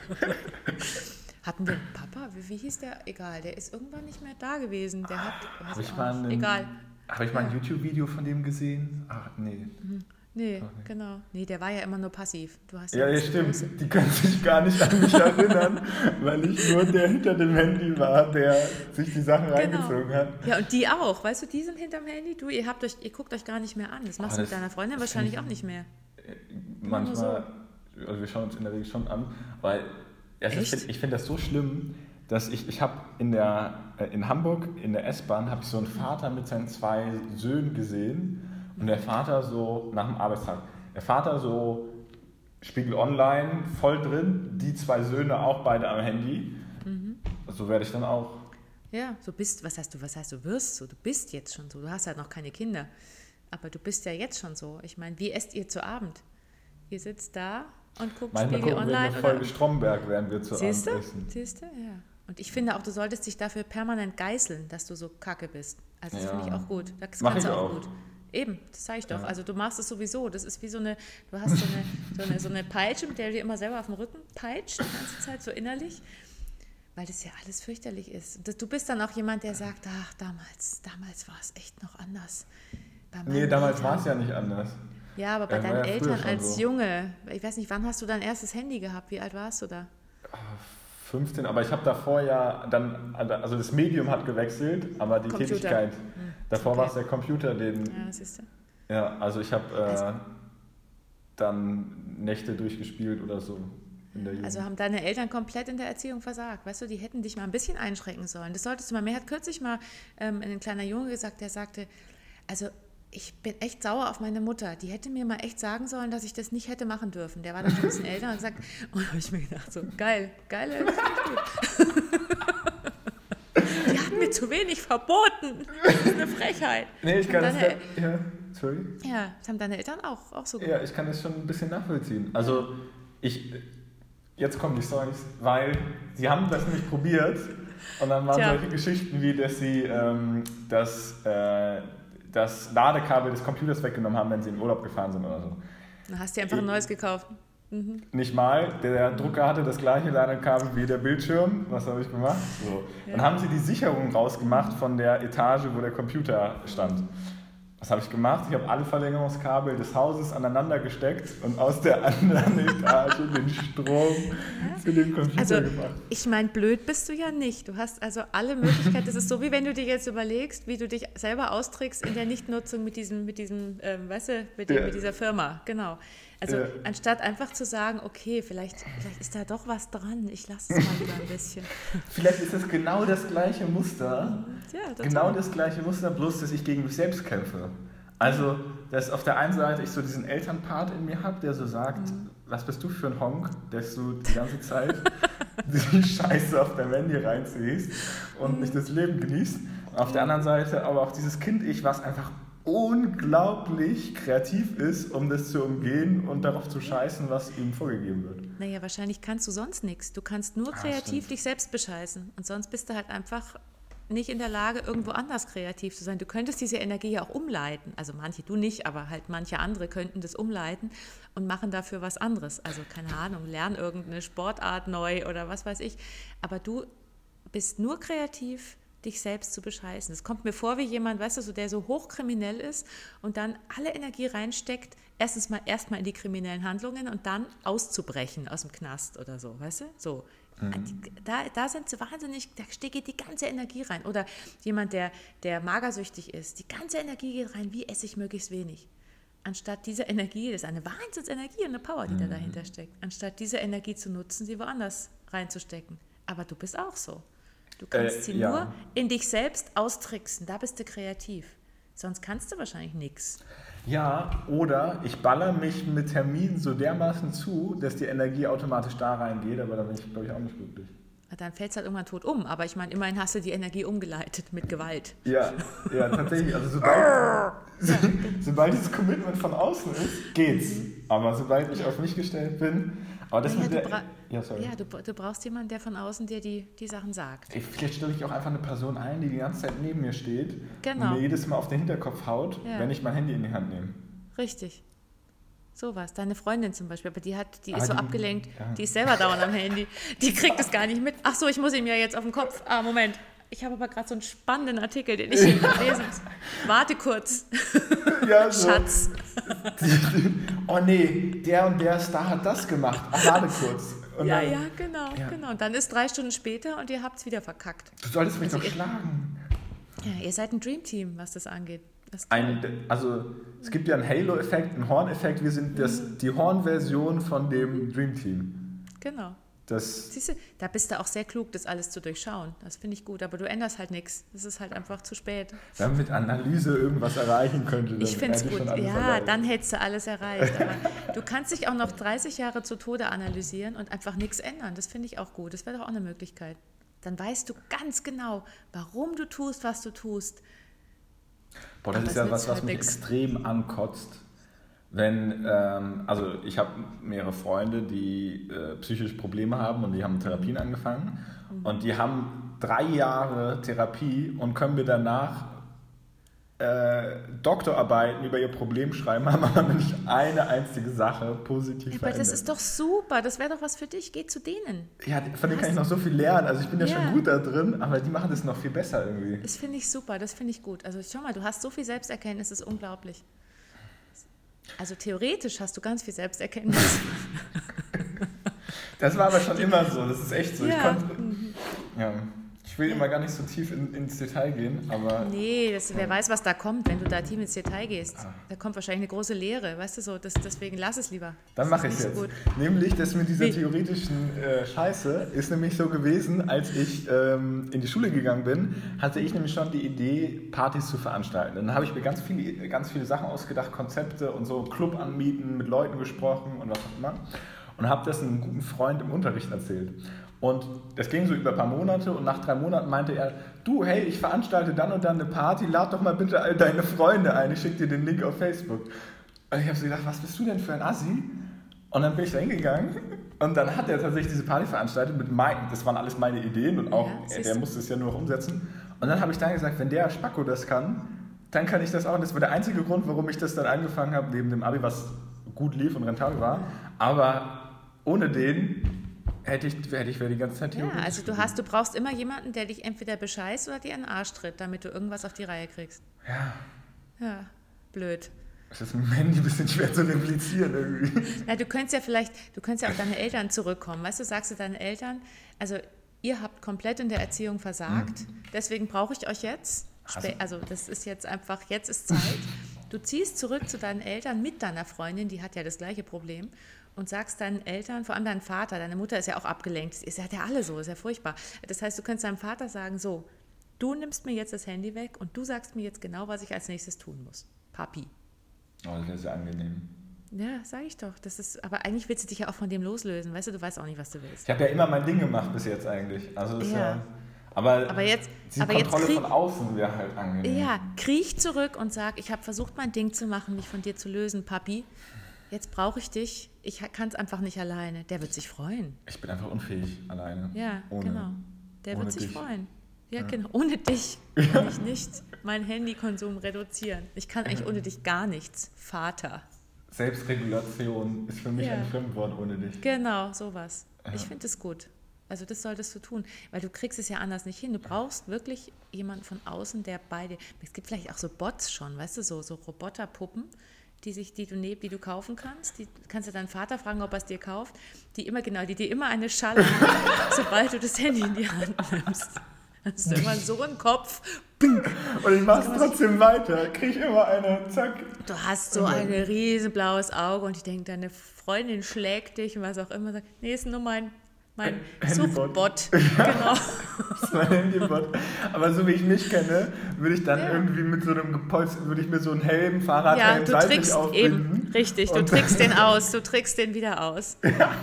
Hatten wir einen Papa? Wie, wie hieß der? Egal, der ist irgendwann nicht mehr da gewesen. Der hat, habe ich mal ein, egal. Habe ich mal ein YouTube-Video von dem gesehen? Ach, nee. Mhm. Nee, genau. Nee, der war ja immer nur passiv. Du hast ja, ja, stimmt. Große. Die können sich gar nicht an mich erinnern, weil ich nur der hinter dem Handy war, der sich die Sachen genau. reingezogen hat. Ja, und die auch. Weißt du, die sind hinterm Handy. Du, ihr, habt euch, ihr guckt euch gar nicht mehr an. Das machst du mit deiner Freundin wahrscheinlich auch nicht mehr. Manchmal, so. Also wir schauen uns in der Regel schon an, weil also ich finde find das so schlimm, dass ich, ich habe in, in Hamburg in der S-Bahn habe ich so einen Vater mit seinen zwei Söhnen gesehen. Und der Vater so, nach dem Arbeitstag, der Vater so Spiegel Online voll drin, die zwei Söhne auch beide am Handy. Mhm. So werde ich dann auch. Ja, so bist, was heißt du, was heißt du wirst so, du bist jetzt schon so, du hast halt noch keine Kinder, aber du bist ja jetzt schon so. Ich meine, wie esst ihr zu Abend? Ihr sitzt da und guckt Manchmal Spiegel gucken Online. Wir eine Folge Stromberg, während wir zu Siehst Abend du? essen. Siehst du? Ja. Und ich finde auch, du solltest dich dafür permanent geißeln, dass du so kacke bist. Also das ja. finde ich auch gut. Das Mach kannst ich du auch, auch gut. Eben, das sage ich doch. Ja. Also du machst es sowieso. Das ist wie so eine, du hast so eine, so eine, so eine Peitsche, mit der du dir immer selber auf den Rücken peitscht, die ganze Zeit so innerlich. Weil das ja alles fürchterlich ist. Du bist dann auch jemand, der sagt, ach, damals, damals war es echt noch anders. Nee, damals war es ja nicht anders. Ja, aber bei äh, deinen ja Eltern als so. Junge, ich weiß nicht, wann hast du dein erstes Handy gehabt? Wie alt warst du da? fünfzehn, aber ich habe davor ja dann, also das Medium hat gewechselt, aber die Computer. Tätigkeit, hm. davor Okay. war es der Computer, den... Ja, das ist ja. Ja, also ich habe äh, dann Nächte durchgespielt oder so. Also haben deine Eltern komplett in der Erziehung versagt. Weißt du, die hätten dich mal ein bisschen einschränken sollen. Das solltest du mal. Mir hat kürzlich mal ähm, ein kleiner Junge gesagt, der sagte, also ich bin echt sauer auf meine Mutter. Die hätte mir mal echt sagen sollen, dass ich das nicht hätte machen dürfen. Der war dann schon ein bisschen älter und gesagt, und habe ich mir gedacht, so geil, geil, das ist gut. Die hat mir zu wenig verboten. Das ist eine Frechheit. Nee, ich kann das deine, ja, sorry. Ja, das haben deine Eltern auch, auch so gemacht. Ja, ich kann das schon ein bisschen nachvollziehen. Also ich... Jetzt kommen die Storys, weil sie haben das nämlich probiert und dann waren Tja. solche Geschichten wie, dass sie ähm, das, äh, das Ladekabel des Computers weggenommen haben, wenn sie in Urlaub gefahren sind oder so. Dann hast du dir einfach ein neues gekauft. Mhm. Nicht mal, der Drucker hatte das gleiche Ladekabel wie der Bildschirm. Was habe ich gemacht? So. Ja. Dann haben sie die Sicherung rausgemacht von der Etage, wo der Computer stand. Was habe ich gemacht? Ich habe alle Verlängerungskabel des Hauses aneinander gesteckt und aus der anderen Etage den Strom ja. zu dem Computer also, gemacht. Ich meine, blöd bist du ja nicht. Du hast also alle Möglichkeiten. Das ist so, wie wenn du dir jetzt überlegst, wie du dich selber austrickst in der Nichtnutzung mit diesem, mit diesem, ähm, weißt du, mit, dem, ja. mit dieser Firma. Genau. Also ja. anstatt einfach zu sagen, okay, vielleicht, vielleicht ist da doch was dran, ich lasse es mal wieder ein bisschen. Vielleicht ist das genau das gleiche Muster, ja, das genau das gleiche Muster, bloß dass ich gegen mich selbst kämpfe. Also, dass auf der einen Seite ich so diesen Elternpart in mir habe, der so sagt, mhm. was bist du für ein Honk, dass du die ganze Zeit die Scheiße auf dein Handy reinziehst und mhm. nicht das Leben genießt. Auf mhm. der anderen Seite aber auch dieses Kind-Ich, was einfach unglaublich kreativ ist, um das zu umgehen und darauf zu scheißen, was ihm vorgegeben wird. Naja, wahrscheinlich kannst du sonst nichts. Du kannst nur kreativ ah, dich selbst bescheißen. Und sonst bist du halt einfach nicht in der Lage, irgendwo anders kreativ zu sein. Du könntest diese Energie ja auch umleiten. Also manche, du nicht, aber halt manche andere könnten das umleiten und machen dafür was anderes. Also keine Ahnung, lernen irgendeine Sportart neu oder was weiß ich. Aber du bist nur kreativ, dich selbst zu bescheißen. Es kommt mir vor wie jemand, weißt du, so, der so hochkriminell ist und dann alle Energie reinsteckt, erstens mal erstmal in die kriminellen Handlungen und dann auszubrechen aus dem Knast oder so, weißt du? So. Mhm. Da, da sind sie wahnsinnig, da geht die ganze Energie rein. Oder jemand, der, der magersüchtig ist, die ganze Energie geht rein, wie esse ich möglichst wenig. Anstatt diese Energie, das ist eine Wahnsinnsenergie und eine Power, die mhm. da dahinter steckt, anstatt diese Energie zu nutzen, sie woanders reinzustecken. Aber du bist auch so. Du kannst äh, sie ja. nur in dich selbst austricksen, da bist du kreativ. Sonst kannst du wahrscheinlich nichts. Ja, oder ich baller mich mit Terminen so dermaßen zu, dass die Energie automatisch da reingeht, aber da bin ich, glaube ich, auch nicht glücklich. Dann fällt es halt irgendwann tot um, aber ich meine, immerhin hast du die Energie umgeleitet mit Gewalt. Ja, ja, tatsächlich. Also sobald, so, sobald dieses Commitment von außen ist, geht's. Aber sobald ich auf mich gestellt bin, aber das ja, mit du der, bra- ja, sorry. ja du, du brauchst jemanden, der von außen dir die, die Sachen sagt. Ey, vielleicht stelle ich auch einfach eine Person ein, die die ganze Zeit neben mir steht genau. und mir jedes Mal auf den Hinterkopf haut, ja. wenn ich mein Handy in die Hand nehme. Richtig. Sowas. Deine Freundin zum Beispiel, aber die, hat, die ah, ist so die, abgelenkt, ja. die ist selber dauernd am Handy. Die kriegt es gar nicht mit. Ach so, ich muss ihm ja jetzt auf den Kopf. Ah, Moment. Ich habe aber gerade so einen spannenden Artikel, den ich hier lesen muss. Warte kurz. Ja, so. Schatz. Oh nee, der und der Star hat das gemacht. Ach, warte kurz. Und ja, dann, ja, genau, ja. genau. Und dann ist drei Stunden später und ihr habt es wieder verkackt. Du solltest mich also doch ihr, schlagen. Ja, ihr seid ein Dreamteam, was das angeht. Das ein, also es gibt ja einen Halo-Effekt, einen Horn-Effekt. Wir sind das, die Horn-Version von dem Dreamteam. Genau. Das Siehst du, da bist du auch sehr klug, das alles zu durchschauen. Das finde ich gut, aber du änderst halt nichts. Das ist halt einfach zu spät. Wenn man mit Analyse irgendwas erreichen könnte, dann ich finde es hätte gut. schon alles Ja, erreicht. dann hättest du alles erreicht. Aber du kannst dich auch noch dreißig Jahre zu Tode analysieren und einfach nichts ändern. Das finde ich auch gut. Das wäre doch auch eine Möglichkeit. Dann weißt du ganz genau, warum du tust, was du tust. Boah, das aber ist ja es was, nützt was halt mich nix. extrem ankotzt. Wenn, ähm, also ich habe mehrere Freunde, die äh, psychische Probleme haben und die haben Therapien angefangen mhm. und die haben drei Jahre Therapie und können mir danach äh, Doktorarbeiten über ihr Problem schreiben, haben aber nicht eine einzige Sache positiv Ja, verändert. aber das ist doch super, das wäre doch was für dich, geh zu denen. Ja, von denen kann ich noch so viel lernen, also ich bin ja, Ja. schon gut da drin, aber die machen das noch viel besser irgendwie. Das finde ich super, das finde ich gut. Also schau mal, du hast so viel Selbsterkenntnis, das ist unglaublich. Also theoretisch hast du ganz viel Selbsterkenntnis. Das war aber schon immer so, das ist echt so. Ja. Ich, konnte, ja, ich will immer gar nicht so tief in, ins Detail gehen, aber... Nee, das, wer weiß, was da kommt, wenn du da tief ins Detail gehst. Da kommt wahrscheinlich eine große Lehre, weißt du so, das, deswegen lass es lieber. Dann mache ich es jetzt. So nämlich, das mit dieser Wie? theoretischen äh, Scheiße ist nämlich so gewesen, als ich ähm, in die Schule gegangen bin, hatte ich nämlich schon die Idee, Partys zu veranstalten. Dann habe ich mir ganz viele, ganz viele Sachen ausgedacht, Konzepte und so, Club anmieten, mit Leuten gesprochen und was auch immer. Und habe das einem guten Freund im Unterricht erzählt. Und das ging so über ein paar Monate und nach drei Monaten meinte er, du, hey, ich veranstalte dann und dann eine Party, lad doch mal bitte all deine Freunde ein, ich schicke dir den Link auf Facebook. Und ich habe so gedacht, was bist du denn für ein Assi? Und dann bin ich da hingegangen und dann hat er tatsächlich diese Party veranstaltet mit meinen, das waren alles meine Ideen und auch Ja, er, er musste es ja nur noch umsetzen. Und dann habe ich dann gesagt, wenn der Spacko das kann, dann kann ich das auch. Und das war der einzige Grund, warum ich das dann angefangen habe, neben dem Abi, was gut lief und rentabel war. Aber ohne den hätte ich, hätte ich wäre die ganze Zeit hier. Ja, also du hast, du brauchst immer jemanden, der dich entweder bescheißt oder dir in den Arsch tritt, damit du irgendwas auf die Reihe kriegst. Ja. Ja, blöd. Das ist mit dem Handy ein bisschen schwer zu replizieren irgendwie. Ja, du könntest ja vielleicht, du könntest ja auf deine Eltern zurückkommen. Weißt du, sagst du deinen Eltern, also ihr habt komplett in der Erziehung versagt, mhm. deswegen brauche ich euch jetzt. Also, also das ist jetzt einfach, jetzt ist Zeit. Du ziehst zurück zu deinen Eltern mit deiner Freundin, die hat ja das gleiche Problem, und sagst deinen Eltern, vor allem deinem Vater, deine Mutter ist ja auch abgelenkt, ist ja alle so, ist ja furchtbar. Das heißt, du könntest deinem Vater sagen, so, du nimmst mir jetzt das Handy weg und du sagst mir jetzt genau, was ich als nächstes tun muss. Papi. Oh, das wäre sehr angenehm. Ja, sage ich doch. Das ist, aber eigentlich willst du dich ja auch von dem loslösen, weißt du, du weißt auch nicht, was du willst. Ich habe ja immer mein Ding gemacht bis jetzt eigentlich. Also das ja. ja aber, aber jetzt, die aber Kontrolle jetzt krieg, von außen wäre halt angenehm. Ja, kriech zurück und sag, ich habe versucht, mein Ding zu machen, mich von dir zu lösen, Papi. Jetzt brauche ich dich. Ich kann es einfach nicht alleine. Der wird sich freuen. Ich bin einfach unfähig alleine. Ja, ohne, genau. Der ohne wird sich dich. freuen. Ja, ja, genau. Ohne dich kann ich nicht meinen Handykonsum reduzieren. Ich kann eigentlich ohne dich gar nichts. Vater. Selbstregulation ist für mich Ja. ein Fremdwort ohne dich. Genau, sowas. Ja. Ich finde es gut. Also das solltest du tun, weil du kriegst es ja anders nicht hin. Du brauchst wirklich jemanden von außen, der bei dir... Es gibt vielleicht auch so Bots schon, weißt du, so, so Roboterpuppen, die, sich, die, du, die du kaufen kannst. Die kannst du deinen Vater fragen, ob er es dir kauft. Die immer, genau, die dir immer eine Schallern, sobald du das Handy in die Hand nimmst. Dann hast du immer so einen Kopf. Pink. Und ich mach's trotzdem weiter. Krieg immer eine, zack. Du hast so ein riesen blaues Auge und ich denke, deine Freundin schlägt dich und was auch immer. Sagt, nee, ist nur mein, mein Suchtbot. Genau. Das ist mein Handybot. Aber so wie ich mich kenne, würde ich dann Ja. irgendwie mit so einem Gepolster, würde ich mir so einen Helm, Fahrradhelm, Ja, du seitlich trickst aufbinden. eben, richtig, du Und- trickst den aus, du trickst den wieder aus.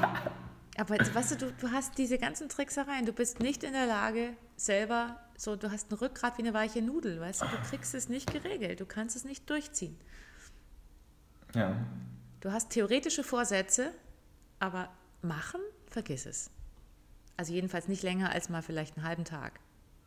Aber weißt du, du, du hast diese ganzen Tricksereien, du bist nicht in der Lage, selber, so, du hast ein Rückgrat wie eine weiche Nudel, weißt du, du kriegst es nicht geregelt, du kannst es nicht durchziehen. Ja. Du hast theoretische Vorsätze, aber machen, vergiss es. Also jedenfalls nicht länger als mal vielleicht einen halben Tag.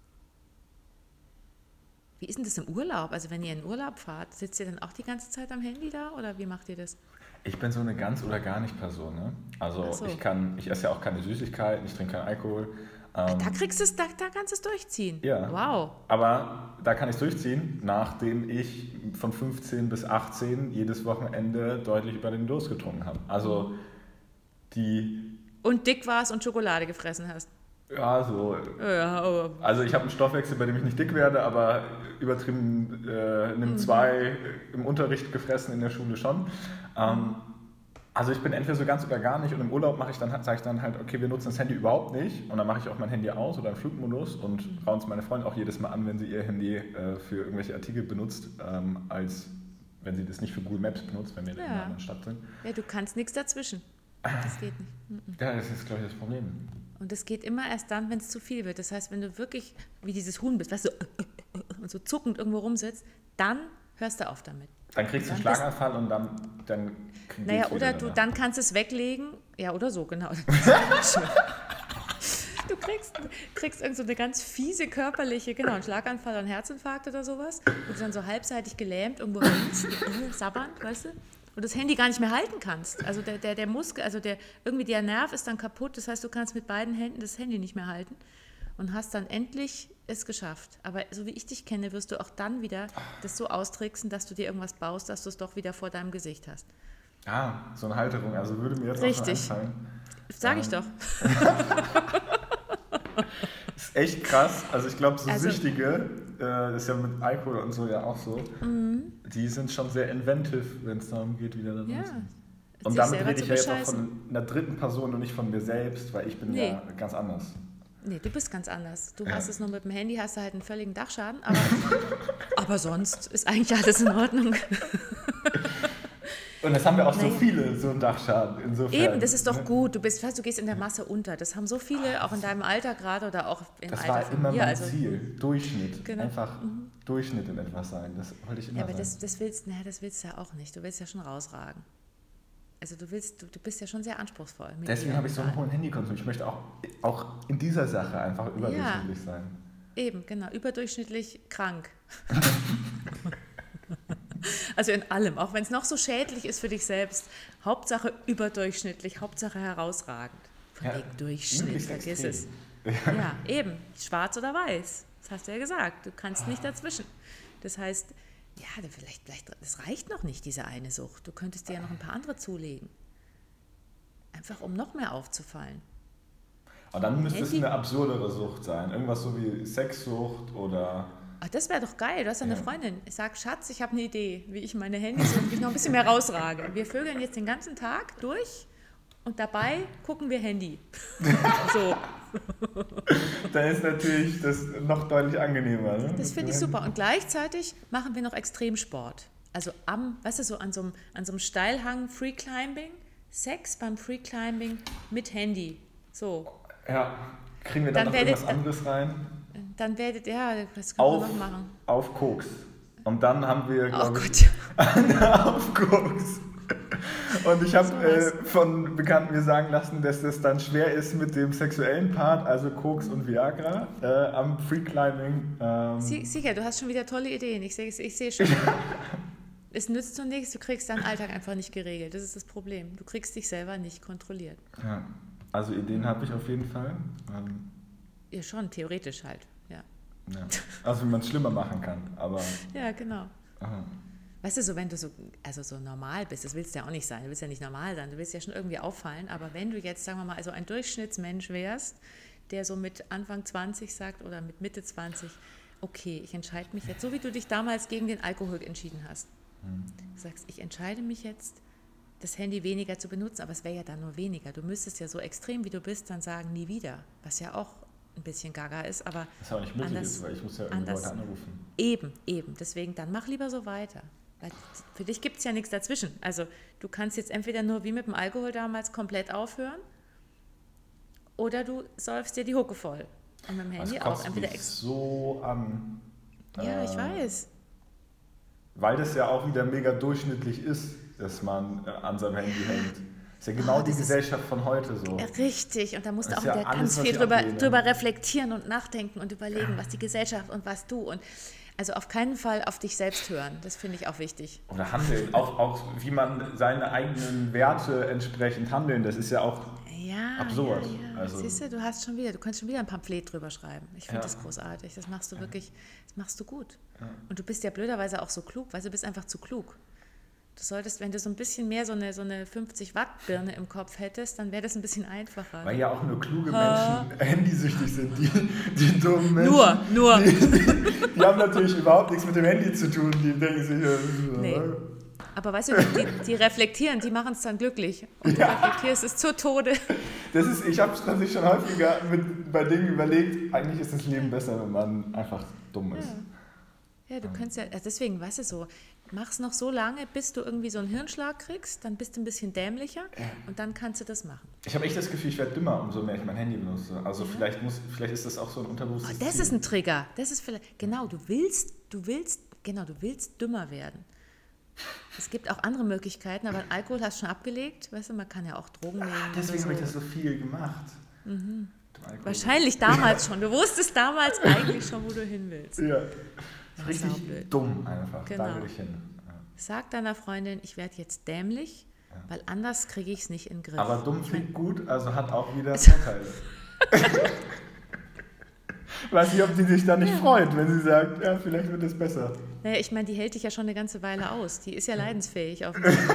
Wie ist denn das im Urlaub? Also wenn ihr in Urlaub fahrt, sitzt ihr dann auch die ganze Zeit am Handy da oder wie macht ihr das? Ich bin so eine ganz oder gar nicht Person, ne? Also Ach so. ich kann, ich esse ja auch keine Süßigkeiten, ich trinke keinen Alkohol. Ähm, Da kriegst du es, da, da kannst du es durchziehen. Ja. Wow. Aber da kann ich es durchziehen, nachdem ich von fünfzehn bis achtzehn jedes Wochenende deutlich über den Durst getrunken habe. Also die, Und dick warst und Schokolade gefressen hast. ja so, Ja, aber also ich habe einen Stoffwechsel, bei dem ich nicht dick werde, aber übertrieben äh, nimm zwei im Unterricht gefressen in der Schule schon. Ähm, Also ich bin entweder so ganz oder gar nicht und im Urlaub mache ich dann, sage ich dann halt, okay, wir nutzen das Handy überhaupt nicht und dann mache ich auch mein Handy aus oder im Flugmodus und mhm. rauen es meine Freundin auch jedes Mal an, wenn sie ihr Handy äh, für irgendwelche Artikel benutzt, ähm, als wenn sie das nicht für Google Maps benutzt, wenn wir ja. in einer anderen Stadt sind. Ja, du kannst nichts dazwischen. Das geht nicht. Mhm. Ja, das ist, glaube ich, das Problem. Und das geht immer erst dann, wenn es zu viel wird. Das heißt, wenn du wirklich wie dieses Huhn bist, weißt du, und so zuckend irgendwo rumsitzt, dann hörst du auf damit. Dann kriegst du einen Schlaganfall und dann, dann Naja, oder du, dann kannst du es weglegen. Ja, oder so, genau. Du kriegst, kriegst irgend so eine ganz fiese körperliche, genau, einen Schlaganfall, einen Herzinfarkt oder sowas, wo du dann so halbseitig gelähmt irgendwo hängst, sabbernd, weißt du, und das Handy gar nicht mehr halten kannst. Also der, der, der Muskel, also der, irgendwie der Nerv ist dann kaputt, das heißt, du kannst mit beiden Händen das Handy nicht mehr halten und hast dann endlich es geschafft. Aber so wie ich dich kenne, wirst du auch dann wieder das so austricksen, dass du dir irgendwas baust, dass du es doch wieder vor deinem Gesicht hast. Ah, so eine Halterung, also würde mir jetzt Richtig. auch schon einfallen. Sag ähm. ich doch. Ist echt krass. Also ich glaube, so also, Süchtige, äh, das ist ja mit Alkohol und so ja auch so, mhm. die sind schon sehr inventive, wenn es darum geht, wieder da ja. Und damit rede ich ja jetzt auch von einer dritten Person und nicht von mir selbst, weil ich bin nee. ja ganz anders. Nee, du bist ganz anders. Du ja. hast es nur mit dem Handy, hast du halt einen völligen Dachschaden, aber, aber sonst ist eigentlich alles in Ordnung. Und das haben wir auch naja. so viele, so einen Dachschaden. Insofern. Eben, das ist doch gut. Du bist, du gehst in der Masse unter. Das haben so viele, auch in deinem Alter gerade oder auch im das Alter war von immer mir. mein Also, Ziel. Durchschnitt. Genau. Einfach mhm. Durchschnitt in etwas sein. Das wollte ich immer Ja, aber sein. das, das, willst, naja, das willst du ja auch nicht. Du willst ja schon rausragen. Also du willst, du, du bist ja schon sehr anspruchsvoll. Mit Deswegen habe ich so einen hohen Handykonsum. Ich möchte auch, auch in dieser Sache einfach überdurchschnittlich ja. sein. Eben, genau. Überdurchschnittlich krank. Also in allem, auch wenn es noch so schädlich ist für dich selbst, Hauptsache überdurchschnittlich, Hauptsache herausragend. Von ja, wegen Durchschnitt, vergiss es. Ja. ja, eben, schwarz oder weiß, das hast du ja gesagt, du kannst nicht dazwischen. Das heißt, ja, vielleicht, vielleicht, das reicht noch nicht, diese eine Sucht. Du könntest dir ja noch ein paar andere zulegen. Einfach, um noch mehr aufzufallen. Aber dann müsste Handy? es eine absurdere Sucht sein, irgendwas so wie Sexsucht oder... Ach, das wäre doch geil, du hast ja eine Freundin. Ich sage, Schatz, ich habe eine Idee, wie ich meine Handys und mich noch ein bisschen mehr rausrage. Wir vögeln jetzt den ganzen Tag durch und dabei gucken wir Handy. So. Dann ist natürlich das noch deutlich angenehmer. Ne? Das finde ich super. Und gleichzeitig machen wir noch Extremsport. Also am, weißt du, so an so einem, an so einem Steilhang Free Climbing, Sex beim Free Climbing mit Handy. So. Ja, kriegen wir dann, dann noch irgendwas dann, anderes rein? Dann werdet ihr, ja, das können auf, wir noch machen. Auf Koks. Und dann haben wir, glaube oh ich, auf Koks. Und ich habe so äh, von Bekannten mir sagen lassen, dass das dann schwer ist mit dem sexuellen Part, also Koks und Viagra, äh, am Freeclimbing. Ähm. Sie, sicher, du hast schon wieder tolle Ideen. Ich sehe ich seh schon. Es nützt so nichts, du kriegst deinen Alltag einfach nicht geregelt. Das ist das Problem. Du kriegst dich selber nicht kontrolliert. Ja, also Ideen habe ich auf jeden Fall. Ähm. Ja, schon, theoretisch halt. Ja. Ja. Also wie man es schlimmer machen kann, aber... Ja, genau. Aha. Weißt du, so wenn du so, also so normal bist, das willst du ja auch nicht sein, du willst ja nicht normal sein, du willst ja schon irgendwie auffallen, aber wenn du jetzt, sagen wir mal, also ein Durchschnittsmensch wärst, der so mit Anfang zwanzig sagt oder mit Mitte zwanzig, okay, ich entscheide mich jetzt, so wie du dich damals gegen den Alkohol entschieden hast, hm. du sagst, ich entscheide mich jetzt, das Handy weniger zu benutzen, aber es wäre ja dann nur weniger. Du müsstest ja so extrem, wie du bist, dann sagen, nie wieder, was ja auch ein bisschen gaga ist, aber was auch nicht möglich anders, ist, weil ich muss ja irgendwie Leute anrufen. Eben, eben. Deswegen, dann mach lieber so weiter. Weil für dich gibt es ja nichts dazwischen. Also du kannst jetzt entweder nur wie mit dem Alkohol damals komplett aufhören oder du säufst dir die Hucke voll. Und mit dem Handy das auch. Entweder mich so an. Ja, äh, ich weiß. Weil das ja auch wieder mega durchschnittlich ist, dass man äh, an seinem Handy hängt. Das ist ja genau oh, die Gesellschaft von heute so. Richtig, und da musst du auch ja wieder alles, ganz viel drüber, drüber reflektieren und nachdenken und überlegen, was die Gesellschaft und was du. Und also auf keinen Fall auf dich selbst hören, das finde ich auch wichtig. Oder handeln, auch, auch wie man seine eigenen Werte entsprechend handeln, das ist ja auch ja, absurd. Ja, ja. Also, siehst du, du hast schon wieder, du kannst schon wieder ein Pamphlet drüber schreiben. Ich finde ja. das großartig, das machst du ja. wirklich, das machst du gut. Ja. Und du bist ja blöderweise auch so klug, weil du bist einfach zu klug. Du solltest, wenn du so ein bisschen mehr so eine, so eine fünfzig Watt Birne im Kopf hättest, dann wäre das ein bisschen einfacher. Weil ja auch nur kluge ha. Menschen handysüchtig sind, die, die dummen Menschen. Nur, nur. Die, die, die haben natürlich überhaupt nichts mit dem Handy zu tun, die denken sich, äh, nee. Aber weißt du, die, die reflektieren, die machen es dann glücklich. Und du ja. reflektierst es zu Tode. Das ist, ich habe es tatsächlich schon häufiger mit, bei Dingen überlegt, eigentlich ist das Leben besser, wenn man einfach dumm ist. Ja, ja du könntest ja, deswegen, weißt du so, mach's noch so lange, bis du irgendwie so einen Hirnschlag kriegst, dann bist du ein bisschen dämlicher ja. und dann kannst du das machen. Ich habe echt das Gefühl, ich werde dümmer, umso mehr ich mein Handy benutze. Also ja. vielleicht, muss, vielleicht ist das auch so ein unterbewusstes oh, das Ziel. Ist ein Trigger. Das ist vielleicht, genau, du willst, du willst, genau, du willst dümmer werden. Es gibt auch andere Möglichkeiten, aber Alkohol hast du schon abgelegt. Weißt du, man kann ja auch Drogen nehmen. Ah, deswegen so. habe ich das so viel gemacht. Mhm. Wahrscheinlich damals ja. schon. Du wusstest damals eigentlich schon, wo du hin willst. Ja. Das ist richtig dumm einfach. Genau. Da will ich hin. Ja. Sag deiner Freundin, ich werde jetzt dämlich, ja. weil anders kriege ich es nicht in den Griff. Aber dumm klingt gut, also hat auch wieder Vorteile. Weiß nicht, ob sie sich da nicht ja. freut, wenn sie sagt, ja, vielleicht wird es besser. Naja, ich meine, die hält dich ja schon eine ganze Weile aus. Die ist ja leidensfähig offensichtlich.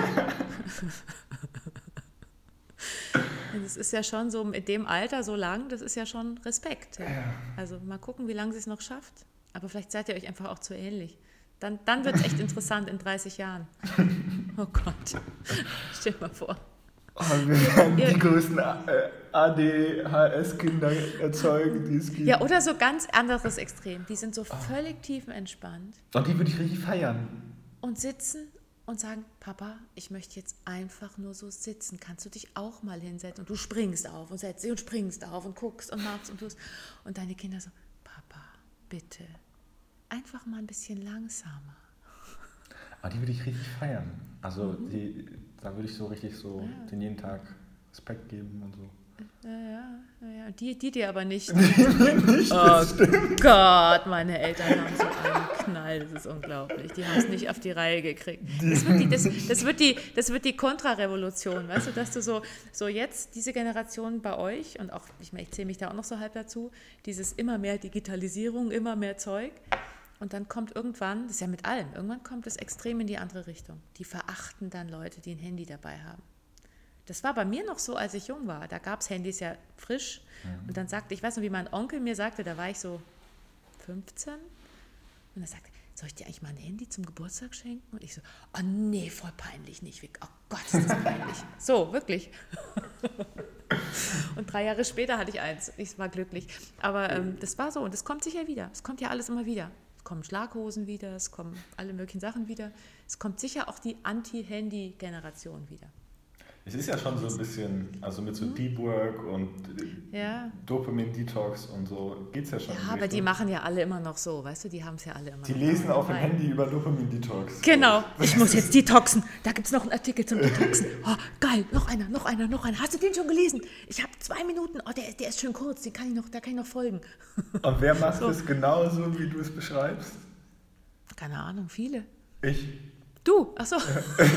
Das ist ja schon so, in dem Alter so lang, das ist ja schon Respekt. Ja. Ja. Also mal gucken, wie lange sie es noch schafft. Aber vielleicht seid ihr euch einfach auch zu ähnlich. Dann, dann wird es echt interessant in dreißig Jahren. Oh Gott, stell dir mal vor. Oh, wir werden die größten A D H S-Kinder erzeugen, die es gibt. Ja, oder so ganz anderes Extrem. Die sind so völlig tiefenentspannt. Und die würde ich richtig feiern. Und sitzen und sagen, Papa, ich möchte jetzt einfach nur so sitzen. Kannst du dich auch mal hinsetzen? Und du springst auf und setzt dich und springst auf und guckst und machst und tust. Und deine Kinder so, Papa, bitte, einfach mal ein bisschen langsamer. Aber die würde ich richtig feiern. Also mhm. die, da würde ich so richtig so ja. den jeden Tag Respekt geben und so. Ja, ja, ja. Die, die dir aber nicht. nicht oh Gott, meine Eltern haben so einen Knall, das ist unglaublich. Die haben es nicht auf die Reihe gekriegt. Das wird die, das, das wird die, das wird die Kontrarevolution, weißt du, dass du so, so jetzt diese Generation bei euch und auch, ich, ich zähle mich da auch noch so halb dazu, dieses immer mehr Digitalisierung, immer mehr Zeug. Und dann kommt irgendwann, das ist ja mit allem, irgendwann kommt das extrem in die andere Richtung. Die verachten dann Leute, die ein Handy dabei haben. Das war bei mir noch so, als ich jung war. Da gab es Handys ja frisch. Mhm. Und dann sagte, ich weiß noch, wie mein Onkel mir sagte, da war ich so fünfzehn. Und er sagte, soll ich dir eigentlich mal ein Handy zum Geburtstag schenken? Und ich so, oh nee, voll peinlich, nicht. Oh Gott, ist das peinlich. So, wirklich. Und drei Jahre später hatte ich eins. Ich war glücklich. Aber ähm, das war so und das kommt sicher wieder. Es kommt ja alles immer wieder. Es kommen Schlaghosen wieder, es kommen alle möglichen Sachen wieder. Es kommt sicher auch die Anti-Handy-Generation wieder. Es ist ja schon so ein bisschen, also mit so Deep Work und ja. Dopamin-Detox und so geht es ja schon. Ja, aber die machen ja alle immer noch so, weißt du, die haben es ja alle immer die noch. Die lesen auf dem Handy über Dopamin-Detox. Genau, ich muss jetzt detoxen, da gibt es noch einen Artikel zum Detoxen. Oh, geil, noch einer, noch einer, noch einer. Hast du den schon gelesen? Ich habe zwei Minuten, oh, der, der ist schön kurz, den kann ich noch, da kann ich noch folgen. Und wer macht so. das genauso, wie du es beschreibst? Keine Ahnung, viele. Ich. Du, ach so.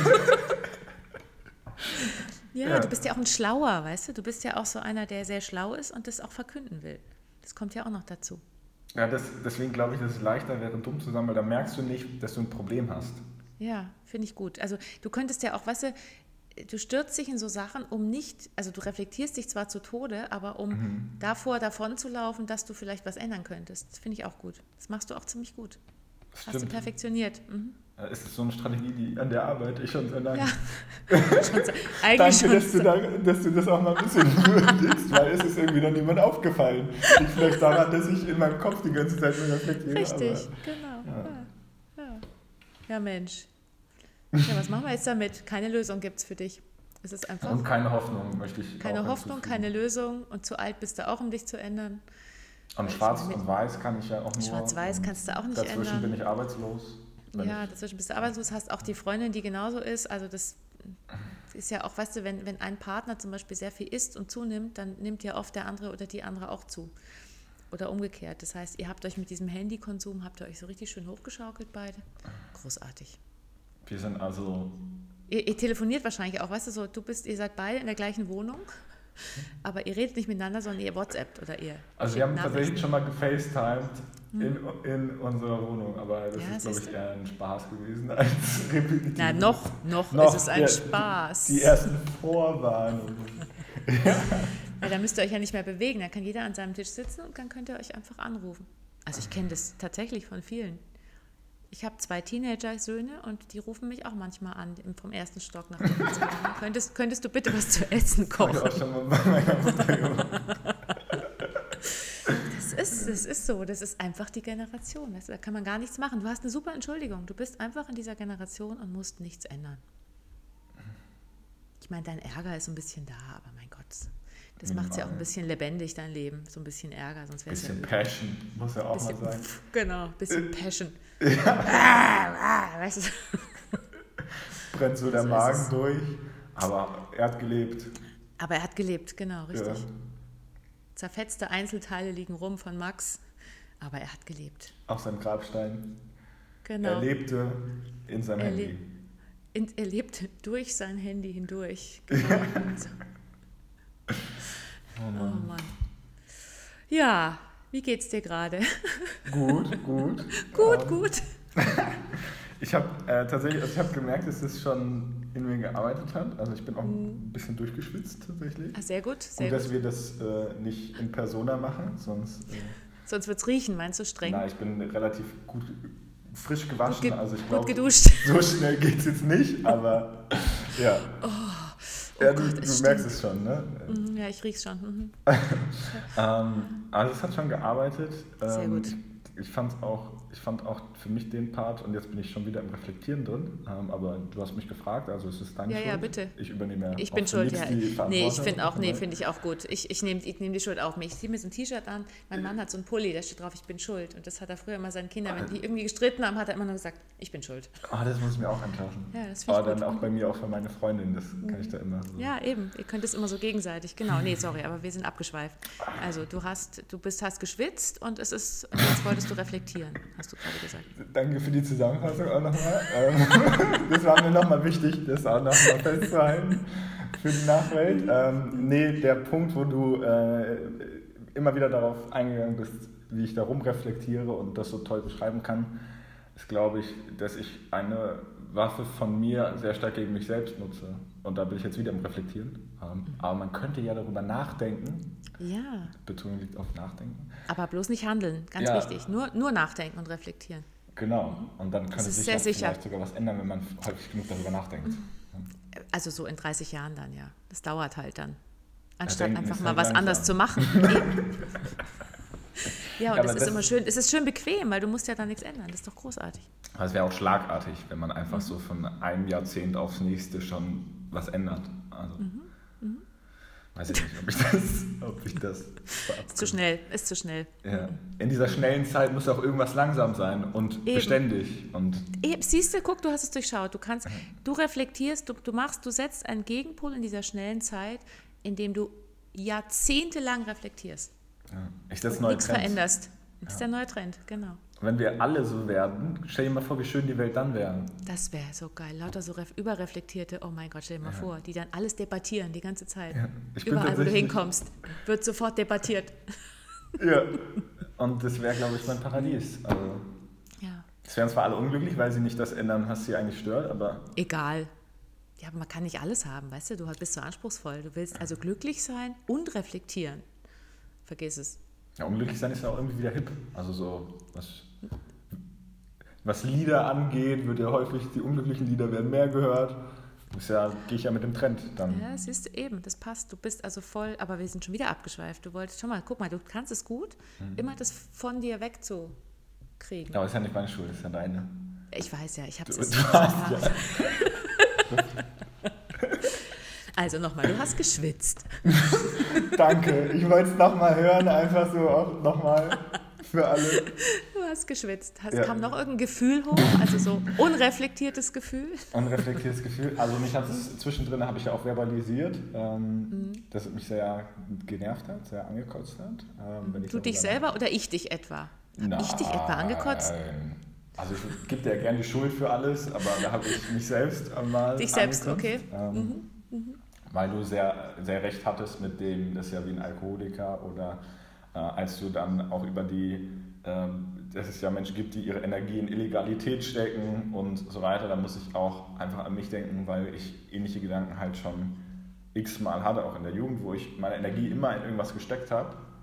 Ja, ja, du bist ja auch ein Schlauer, weißt du? Du bist ja auch so einer, der sehr schlau ist und das auch verkünden will. Das kommt ja auch noch dazu. Ja, das, deswegen glaube ich, dass es leichter wäre, dumm zu sein, weil da merkst du nicht, dass du ein Problem hast. Ja, finde ich gut. Also du könntest ja auch, weißt du, du stürzt dich in so Sachen, um nicht, also du reflektierst dich zwar zu Tode, aber um mhm. davor davon zu laufen, dass du vielleicht was ändern könntest. Das finde ich auch gut. Das machst du auch ziemlich gut. Das hast du perfektioniert. Mhm. Ist das so eine Strategie, die, an der arbeite ich schon sehr lange? Ja, schon so, eigentlich Danke, schon dass, so. du da, dass du das auch mal ein bisschen würdigst, weil es ist irgendwie noch niemand aufgefallen. Liegt vielleicht daran, dass ich in meinem Kopf die ganze Zeit nur reflektiere. Richtig, aber, genau. Ja. Ja. Ja. ja, Mensch. Ja, was machen wir jetzt damit? Keine Lösung gibt es für dich. Es ist einfach. Und keine Hoffnung möchte ich. Keine Hoffnung, keine Lösung und zu alt bist du auch, um dich zu ändern. Und schwarz und weiß kann ich ja auch nur. Schwarz-weiß kannst du auch nicht dazwischen ändern. Dazwischen bin ich arbeitslos. Ja, dazwischen bist du arbeitslos, hast auch die Freundin, die genauso ist. Also das ist ja auch, weißt du, wenn, wenn ein Partner zum Beispiel sehr viel isst und zunimmt, dann nimmt ja oft der andere oder die andere auch zu. Oder umgekehrt. Das heißt, ihr habt euch mit diesem Handykonsum, habt ihr euch so richtig schön hochgeschaukelt beide. Großartig. Wir sind also... Ihr, ihr telefoniert wahrscheinlich auch, weißt du, so, du bist, ihr seid beide in der gleichen Wohnung, aber ihr redet nicht miteinander, sondern ihr WhatsAppt oder ihr... Also wir haben tatsächlich schon mal gefacetimed in, in unserer Wohnung, aber das ja, ist, glaube ich, eher ein Spaß gewesen als repetitiv. Na, noch, noch, noch ist es ein ja, Spaß. Die, die ersten Vorwarnungen. Ja. Ja, da müsst ihr euch ja nicht mehr bewegen, da kann jeder an seinem Tisch sitzen und dann könnt ihr euch einfach anrufen. Also ich kenne das tatsächlich von vielen. Ich habe zwei Teenager-Söhne und die rufen mich auch manchmal an, vom ersten Stock nach unten zu kommen. Könntest, könntest du bitte was zu essen kochen? Ich auch schon mal bei meiner Mutter gemacht. Das ist, das ist so, das ist einfach die Generation. Weißt du, da kann man gar nichts machen. Du hast eine super Entschuldigung. Du bist einfach in dieser Generation und musst nichts ändern. Ich meine, dein Ärger ist so ein bisschen da, aber mein Gott, das macht es ja auch ein bisschen lebendig, dein Leben. So ein bisschen Ärger, sonst wäre es ja... Bisschen Passion, muss ja auch bisschen, mal sein. Genau, ein bisschen Passion. Ja. Ah, ah, weißt du? Brennt so der so Magen durch, aber er hat gelebt. Aber er hat gelebt, genau, richtig. Ja. Zerfetzte Einzelteile liegen rum von Max, aber er hat gelebt. Auf seinem Grabstein. Genau. Er lebte in seinem er Handy. Le- in, er lebte durch sein Handy hindurch. Genau. Ja. Oh Mann. Oh Mann. Ja, wie geht's dir gerade? Gut, gut. gut, ähm, gut. Ich habe äh, tatsächlich, also ich habe gemerkt, dass es schon in mir gearbeitet hat. Also ich bin auch ein bisschen durchgeschwitzt tatsächlich. Ah, sehr gut, sehr gut. Und dass gut. wir das äh, nicht in Persona machen, sonst... Äh, sonst wird's riechen, meinst du streng? Na, ich bin relativ gut frisch gewaschen, gut ge- also ich gut glaube, geduscht. so schnell geht es jetzt nicht, aber ja. Oh, oh ja, Gott, du, es du merkst stinkt. es schon, ne? Mhm, ja, ich riech's schon. Mhm. ähm, also es hat schon gearbeitet. Sehr Ähm, gut. Ich fand auch, ich fand auch für mich den Part, und jetzt bin ich schon wieder im Reflektieren drin, ähm, aber du hast mich gefragt, also es ist deine Ja, Schuld. ja, bitte. Ich übernehme ja Ich auch bin für schuld, nichts ja. die Nee, ich Verantwortung. finde auch, nee, finde ich auch gut. Ich, ich nehme ich nehm die Schuld auf mich. Ich ziehe mir so ein T-Shirt an, mein Mann hat so einen Pulli, da steht drauf, ich bin schuld. Und das hat er früher immer seinen Kindern, wenn die irgendwie gestritten haben, hat er immer nur gesagt, ich bin schuld. Ah, das muss ich mir auch antauschen. Ja, das finde ich Aber gut. dann auch bei mir, auch für meine Freundin, das kann ich da immer so. Ja, eben. Ihr könnt es immer so gegenseitig. Genau, nee, sorry, aber wir sind abgeschweift. Also du hast, du bist, hast geschwitzt und es ist, und jetzt wolltest du reflektieren, hast du gerade gesagt. Danke für die Zusammenfassung auch nochmal. Das war mir nochmal wichtig, das auch nochmal festzuhalten für die Nachwelt. Ähm, nee, der Punkt, wo du äh, immer wieder darauf eingegangen bist, wie ich da rumreflektiere und das so toll beschreiben kann, ist, glaube ich, dass ich eine Waffe von mir sehr stark gegen mich selbst nutze. Und da bin ich jetzt wieder im Reflektieren. Ähm, aber man könnte ja darüber nachdenken. Ja. Betonung liegt auf Nachdenken. Aber bloß nicht handeln, ganz Ja. wichtig. Nur, nur nachdenken und reflektieren. Genau. Und dann könnte ist sich sehr ja sicher. vielleicht sogar was ändern, wenn man häufig genug darüber nachdenkt. Also so in dreißig Jahren dann, ja. Das dauert halt dann. Anstatt Denken einfach ist mal halt was langsam. anders zu machen. Eben. Ja, und Ja, das aber ist das- immer schön, es ist schön bequem, weil du musst ja da nichts ändern. Das ist doch großartig. Aber es wäre auch schlagartig, wenn man einfach so von einem Jahrzehnt aufs nächste schon was ändert. Also, weiß ich nicht, ob ich das, ob ich das Ist zu schnell, ist zu schnell. Ja. In dieser schnellen Zeit muss auch irgendwas langsam sein und Eben. beständig. Und Eben, siehst du, guck, du hast es durchschaut. Du kannst, du reflektierst, du, du machst, du setzt einen Gegenpol in dieser schnellen Zeit, indem du jahrzehntelang reflektierst. ja. Ich setze Und neue nichts Trends. veränderst. Das ist der neue Trend, genau. Wenn wir alle so werden, stell dir mal vor, wie schön die Welt dann wäre. Das wäre so geil. Lauter so ref- überreflektierte, oh mein Gott, stell dir mal vor, die dann alles debattieren, die ganze Zeit. Ja. Ich bin Überall, wo du tatsächlich- hinkommst, wird sofort debattiert. Ja. Und das wäre, glaube ich, mein Paradies. Also, Ja, es wären zwar alle unglücklich, weil sie nicht das ändern, was sie eigentlich stört, aber egal. Ja, aber man kann nicht alles haben, weißt du? Du bist so anspruchsvoll. Du willst also glücklich sein und reflektieren. Vergiss es. ja, unglücklich sein ist ja auch irgendwie wieder hip. Also so, was, was Lieder angeht, wird ja häufig, die unglücklichen Lieder werden mehr gehört. Das ist ja, gehe ich ja mit dem Trend dann. Ja, siehst du eben, das passt. Du bist also voll, aber wir sind schon wieder abgeschweift. Du wolltest schon mal, guck mal, du kannst es gut, immer das von dir wegzukriegen. Aber ist ja nicht meine Schuld, ist ja deine. Ich weiß ja, ich habe Du, es. du hast ja. Also nochmal, du hast geschwitzt. Danke, ich wollte es nochmal hören, einfach so auch nochmal für alle. Du hast geschwitzt. Hast, Ja. Kam noch irgendein Gefühl hoch? Also so unreflektiertes Gefühl? Unreflektiertes Gefühl. Also mich hat es zwischendrin, habe ich ja auch verbalisiert, ähm, dass es mich sehr genervt hat, sehr angekotzt hat. Ähm, wenn ich Du dich darüber selber oder ich dich etwa? Hab Nein. ich dich etwa angekotzt? Also ich gebe dir ja gerne die Schuld für alles, aber da habe ich mich selbst einmal Dich selbst, angekotzt, okay. Ähm, Weil du sehr, sehr recht hattest mit dem, das ist ja wie ein Alkoholiker oder äh, als du dann auch über die, ähm, dass es ja Menschen gibt, die ihre Energie in Illegalität stecken und so weiter, da muss ich auch einfach an mich denken, weil ich ähnliche Gedanken halt schon x-mal hatte, auch in der Jugend, wo ich meine Energie immer in irgendwas gesteckt habe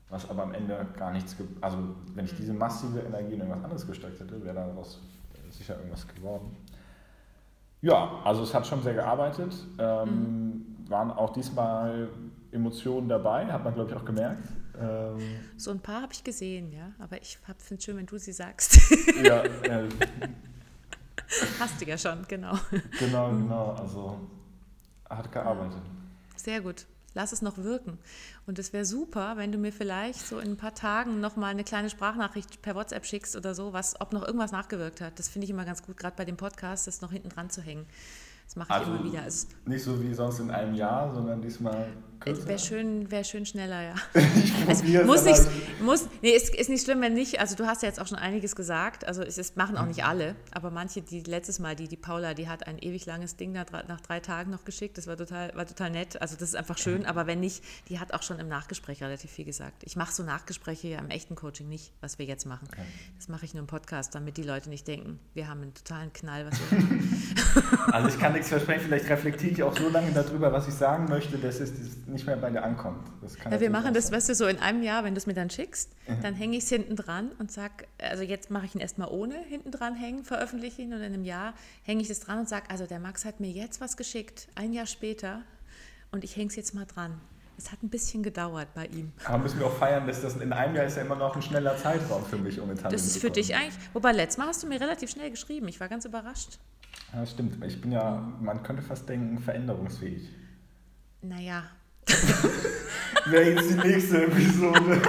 was aber am Ende gar nichts gibt. Also wenn ich diese massive Energie in irgendwas anderes gesteckt hätte, wäre daraus sicher irgendwas geworden. Ja, also es hat schon sehr gearbeitet. Ähm, mhm. Waren auch diesmal Emotionen dabei, hat man glaube ich auch gemerkt. Ähm, so ein paar habe ich gesehen, ja, aber ich finde es schön, wenn du sie sagst. Ja, äh, hast du ja schon, genau. Genau, genau, also hat gearbeitet. Sehr gut. Lass es noch wirken. Und es wäre super, wenn du mir vielleicht so in ein paar Tagen nochmal eine kleine Sprachnachricht per WhatsApp schickst oder so, was, ob noch irgendwas nachgewirkt hat. Das finde ich immer ganz gut, gerade bei dem Podcast, das noch hinten dran zu hängen. Das mache ich also immer wieder. Also, nicht so wie sonst in einem Jahr, sondern diesmal kürzer. Wäre schön, wär schön schneller, ja. Ich probiere es. Muss es. nicht, muss, nee, ist, ist nicht schlimm, wenn nicht. Also du hast ja jetzt auch schon einiges gesagt. Also es ist, machen auch nicht alle. Aber manche, die letztes Mal, die, die Paula, die hat ein ewig langes Ding nach, nach drei Tagen noch geschickt. Das war total, war total nett. Also das ist einfach schön. Aber wenn nicht, die hat auch schon im Nachgespräch relativ viel gesagt. Ich mache so Nachgespräche ja im echten Coaching nicht, was wir jetzt machen. Okay. Das mache ich nur im Podcast, damit die Leute nicht denken, wir haben einen totalen Knall, was wir machen. Also ich kann nichts versprechen. Vielleicht reflektiere ich auch so lange darüber, was ich sagen möchte, dass es nicht mehr bei dir ankommt. Das kann ja, wir machen das, weißt du, so in einem Jahr, wenn du es mir dann schickst, mhm. dann hänge ich es hinten dran und sage, also jetzt mache ich ihn erstmal ohne hinten dran hängen, veröffentliche ihn und in einem Jahr hänge ich das dran und sage, also der Max hat mir jetzt was geschickt, ein Jahr später und ich hänge es jetzt mal dran. Es hat ein bisschen gedauert bei ihm. Aber müssen wir auch feiern, dass das in einem Jahr ist ja immer noch ein schneller Zeitraum für mich, um Das ist für dich eigentlich, wobei letztes Mal hast du mir relativ schnell geschrieben, ich war ganz überrascht. Ja, stimmt. Ich bin ja, man könnte fast denken, veränderungsfähig. Naja. Wäre jetzt die nächste Episode.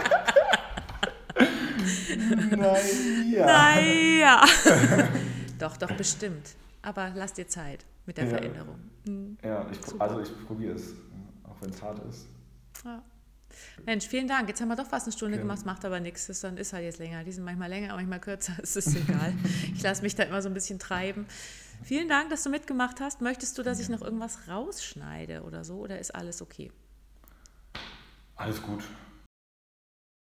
Naja. Naja. Doch, doch, bestimmt. Aber lass dir Zeit mit der ja. Veränderung. Mhm. Ja, ich, also ich probiere es, auch wenn es hart ist. Ja. Mensch, vielen Dank. Jetzt haben wir doch fast eine Stunde okay. gemacht, macht aber nichts. Das dann ist halt jetzt länger. Die sind manchmal länger, manchmal kürzer. Es ist egal. Ich lasse mich da immer so ein bisschen treiben. Vielen Dank, dass du mitgemacht hast. Möchtest du, dass ich noch irgendwas rausschneide oder so? Oder ist alles okay? Alles gut.